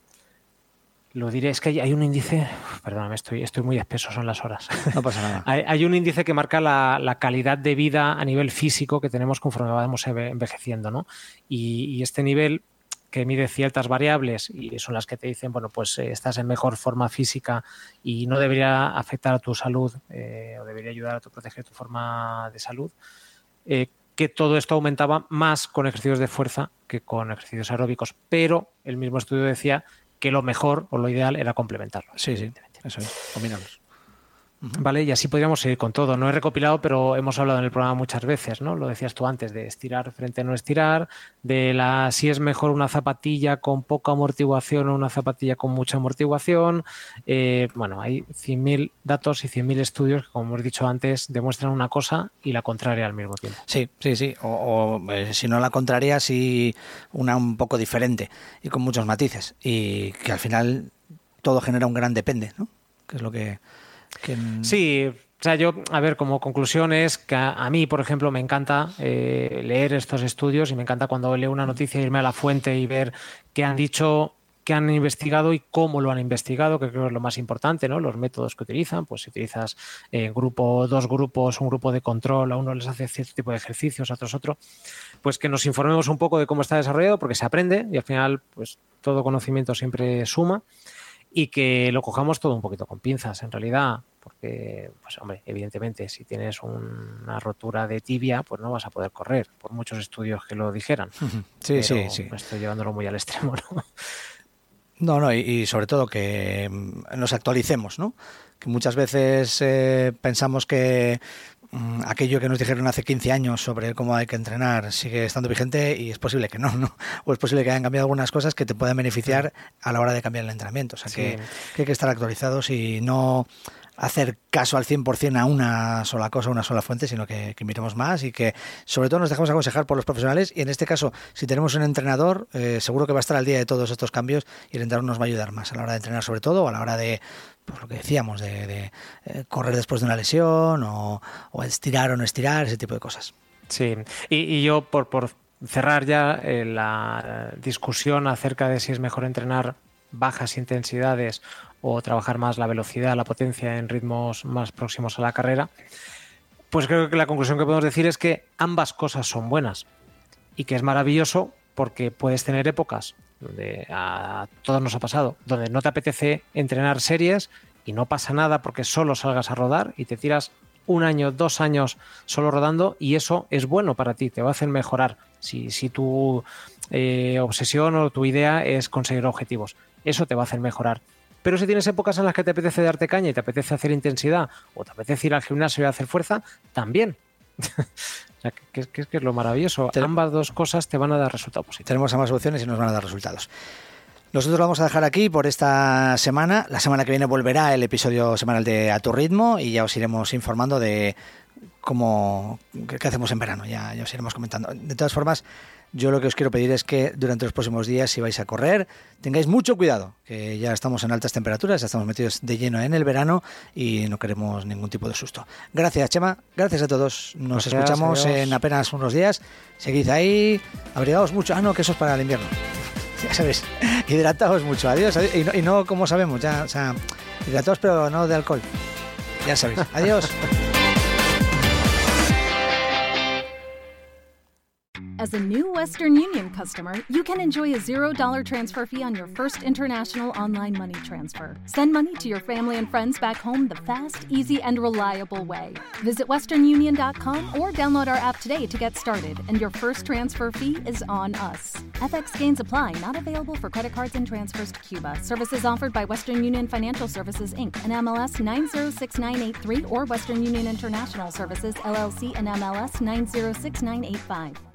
Lo diré, es que hay, hay un índice... Perdóname, estoy, estoy muy espeso, son las horas. No pasa nada. hay, hay un índice que marca la, la calidad de vida a nivel físico que tenemos conforme vamos envejeciendo, ¿no? Y, y este nivel que mide ciertas variables y son las que te dicen, bueno, pues eh, estás en mejor forma física y no debería afectar a tu salud eh, o debería ayudar a tu, proteger tu forma de salud, eh, que todo esto aumentaba más con ejercicios de fuerza que con ejercicios aeróbicos, pero el mismo estudio decía que lo mejor o lo ideal era complementarlo. Sí, sí, eso es, combinarlos. Vale, y así podríamos seguir con todo. No he recopilado, pero hemos hablado en el programa muchas veces, ¿no? Lo decías tú antes, de estirar frente a no estirar, de la si es mejor una zapatilla con poca amortiguación o una zapatilla con mucha amortiguación. Eh, bueno, hay cien mil datos y cien mil estudios que, como hemos dicho antes, demuestran una cosa y la contraria al mismo tiempo. Sí, sí, sí. O, o eh, si no la contraria, sí una un poco diferente y con muchos matices. Y que al final todo genera un gran depende, ¿no? Que es lo que... Que... Sí, o sea, yo, a ver, como conclusión es que a, a mí, por ejemplo, me encanta eh, leer estos estudios y me encanta cuando leo una noticia irme a la fuente y ver qué han dicho, qué han investigado y cómo lo han investigado, que creo que es lo más importante, ¿no? Los métodos que utilizan, pues si utilizas eh, grupo, dos grupos, un grupo de control, a uno les hace cierto tipo de ejercicios, a otros otro, pues que nos informemos un poco de cómo está desarrollado, porque se aprende y al final, pues todo conocimiento siempre suma. Y que lo cojamos todo un poquito con pinzas. En realidad, porque, pues hombre, evidentemente, si tienes un, una rotura de tibia, pues no vas a poder correr, por muchos estudios que lo dijeran. Sí, Pero sí, sí. estoy llevándolo muy al extremo, ¿no? No, no, y, y sobre todo que nos actualicemos, ¿no? Que muchas veces eh, pensamos que mmm, aquello que nos dijeron hace quince años sobre cómo hay que entrenar sigue estando vigente, y es posible que no, ¿no? O es posible que hayan cambiado algunas cosas que te puedan beneficiar a la hora de cambiar el entrenamiento. O sea, que, sí. que hay que estar actualizados y no hacer caso al cien por ciento a una sola cosa, a una sola fuente, sino que, que miremos más y que sobre todo nos dejemos aconsejar por los profesionales. Y en este caso, si tenemos un entrenador, eh, seguro que va a estar al día de todos estos cambios, y el entrenador nos va a ayudar más a la hora de entrenar, sobre todo, o a la hora de, pues lo que decíamos, de, de eh, correr después de una lesión, o, o estirar o no estirar, ese tipo de cosas. Sí, y, y yo por, por cerrar ya eh, la discusión acerca de si es mejor entrenar bajas intensidades o trabajar más la velocidad, la potencia en ritmos más próximos a la carrera, pues creo que la conclusión que podemos decir es que ambas cosas son buenas, y que es maravilloso porque puedes tener épocas donde a todos nos ha pasado, donde no te apetece entrenar series y no pasa nada porque solo salgas a rodar y te tiras un año, dos años solo rodando, y eso es bueno para ti, te va a hacer mejorar si, si tu eh, obsesión o tu idea es conseguir objetivos. Eso te va a hacer mejorar. Pero si tienes épocas en las que te apetece darte caña y te apetece hacer intensidad, o te apetece ir al gimnasio y hacer fuerza, también. O sea, que, que, que es lo maravilloso. Ten- Ambas dos cosas te van a dar resultados positivos. Tenemos ambas opciones y nos van a dar resultados. Nosotros lo vamos a dejar aquí por esta semana. La semana que viene volverá el episodio semanal de A Tu Ritmo, y ya os iremos informando de cómo, qué, qué hacemos en verano. Ya, ya os iremos comentando. De todas formas, yo lo que os quiero pedir es que durante los próximos días, si vais a correr, tengáis mucho cuidado, que ya estamos en altas temperaturas, ya estamos metidos de lleno en el verano y no queremos ningún tipo de susto. Gracias, Chema. Gracias a todos. Nos Gracias, escuchamos adiós. En apenas unos días. Seguid ahí. Abrigaos mucho. Ah, no, que eso es para el invierno. Ya sabéis. Hidrataos mucho. Adiós. adiós. Y, no, y no como sabemos, ya, o sea, hidrataos, pero no de alcohol. Ya sabéis. Adiós. As a new Western Union customer, you can enjoy a zero dollar transfer fee on your first international online money transfer. Send money to your family and friends back home the fast, easy, and reliable way. Visit western union dot com or download our app today to get started, and your first transfer fee is on us. F X gains apply, not available for credit cards and transfers to Cuba. Services offered by Western Union Financial Services, Incorporated, and M L S nine zero six nine eight three, or Western Union International Services, L L C, and M L S nine zero six nine eight five.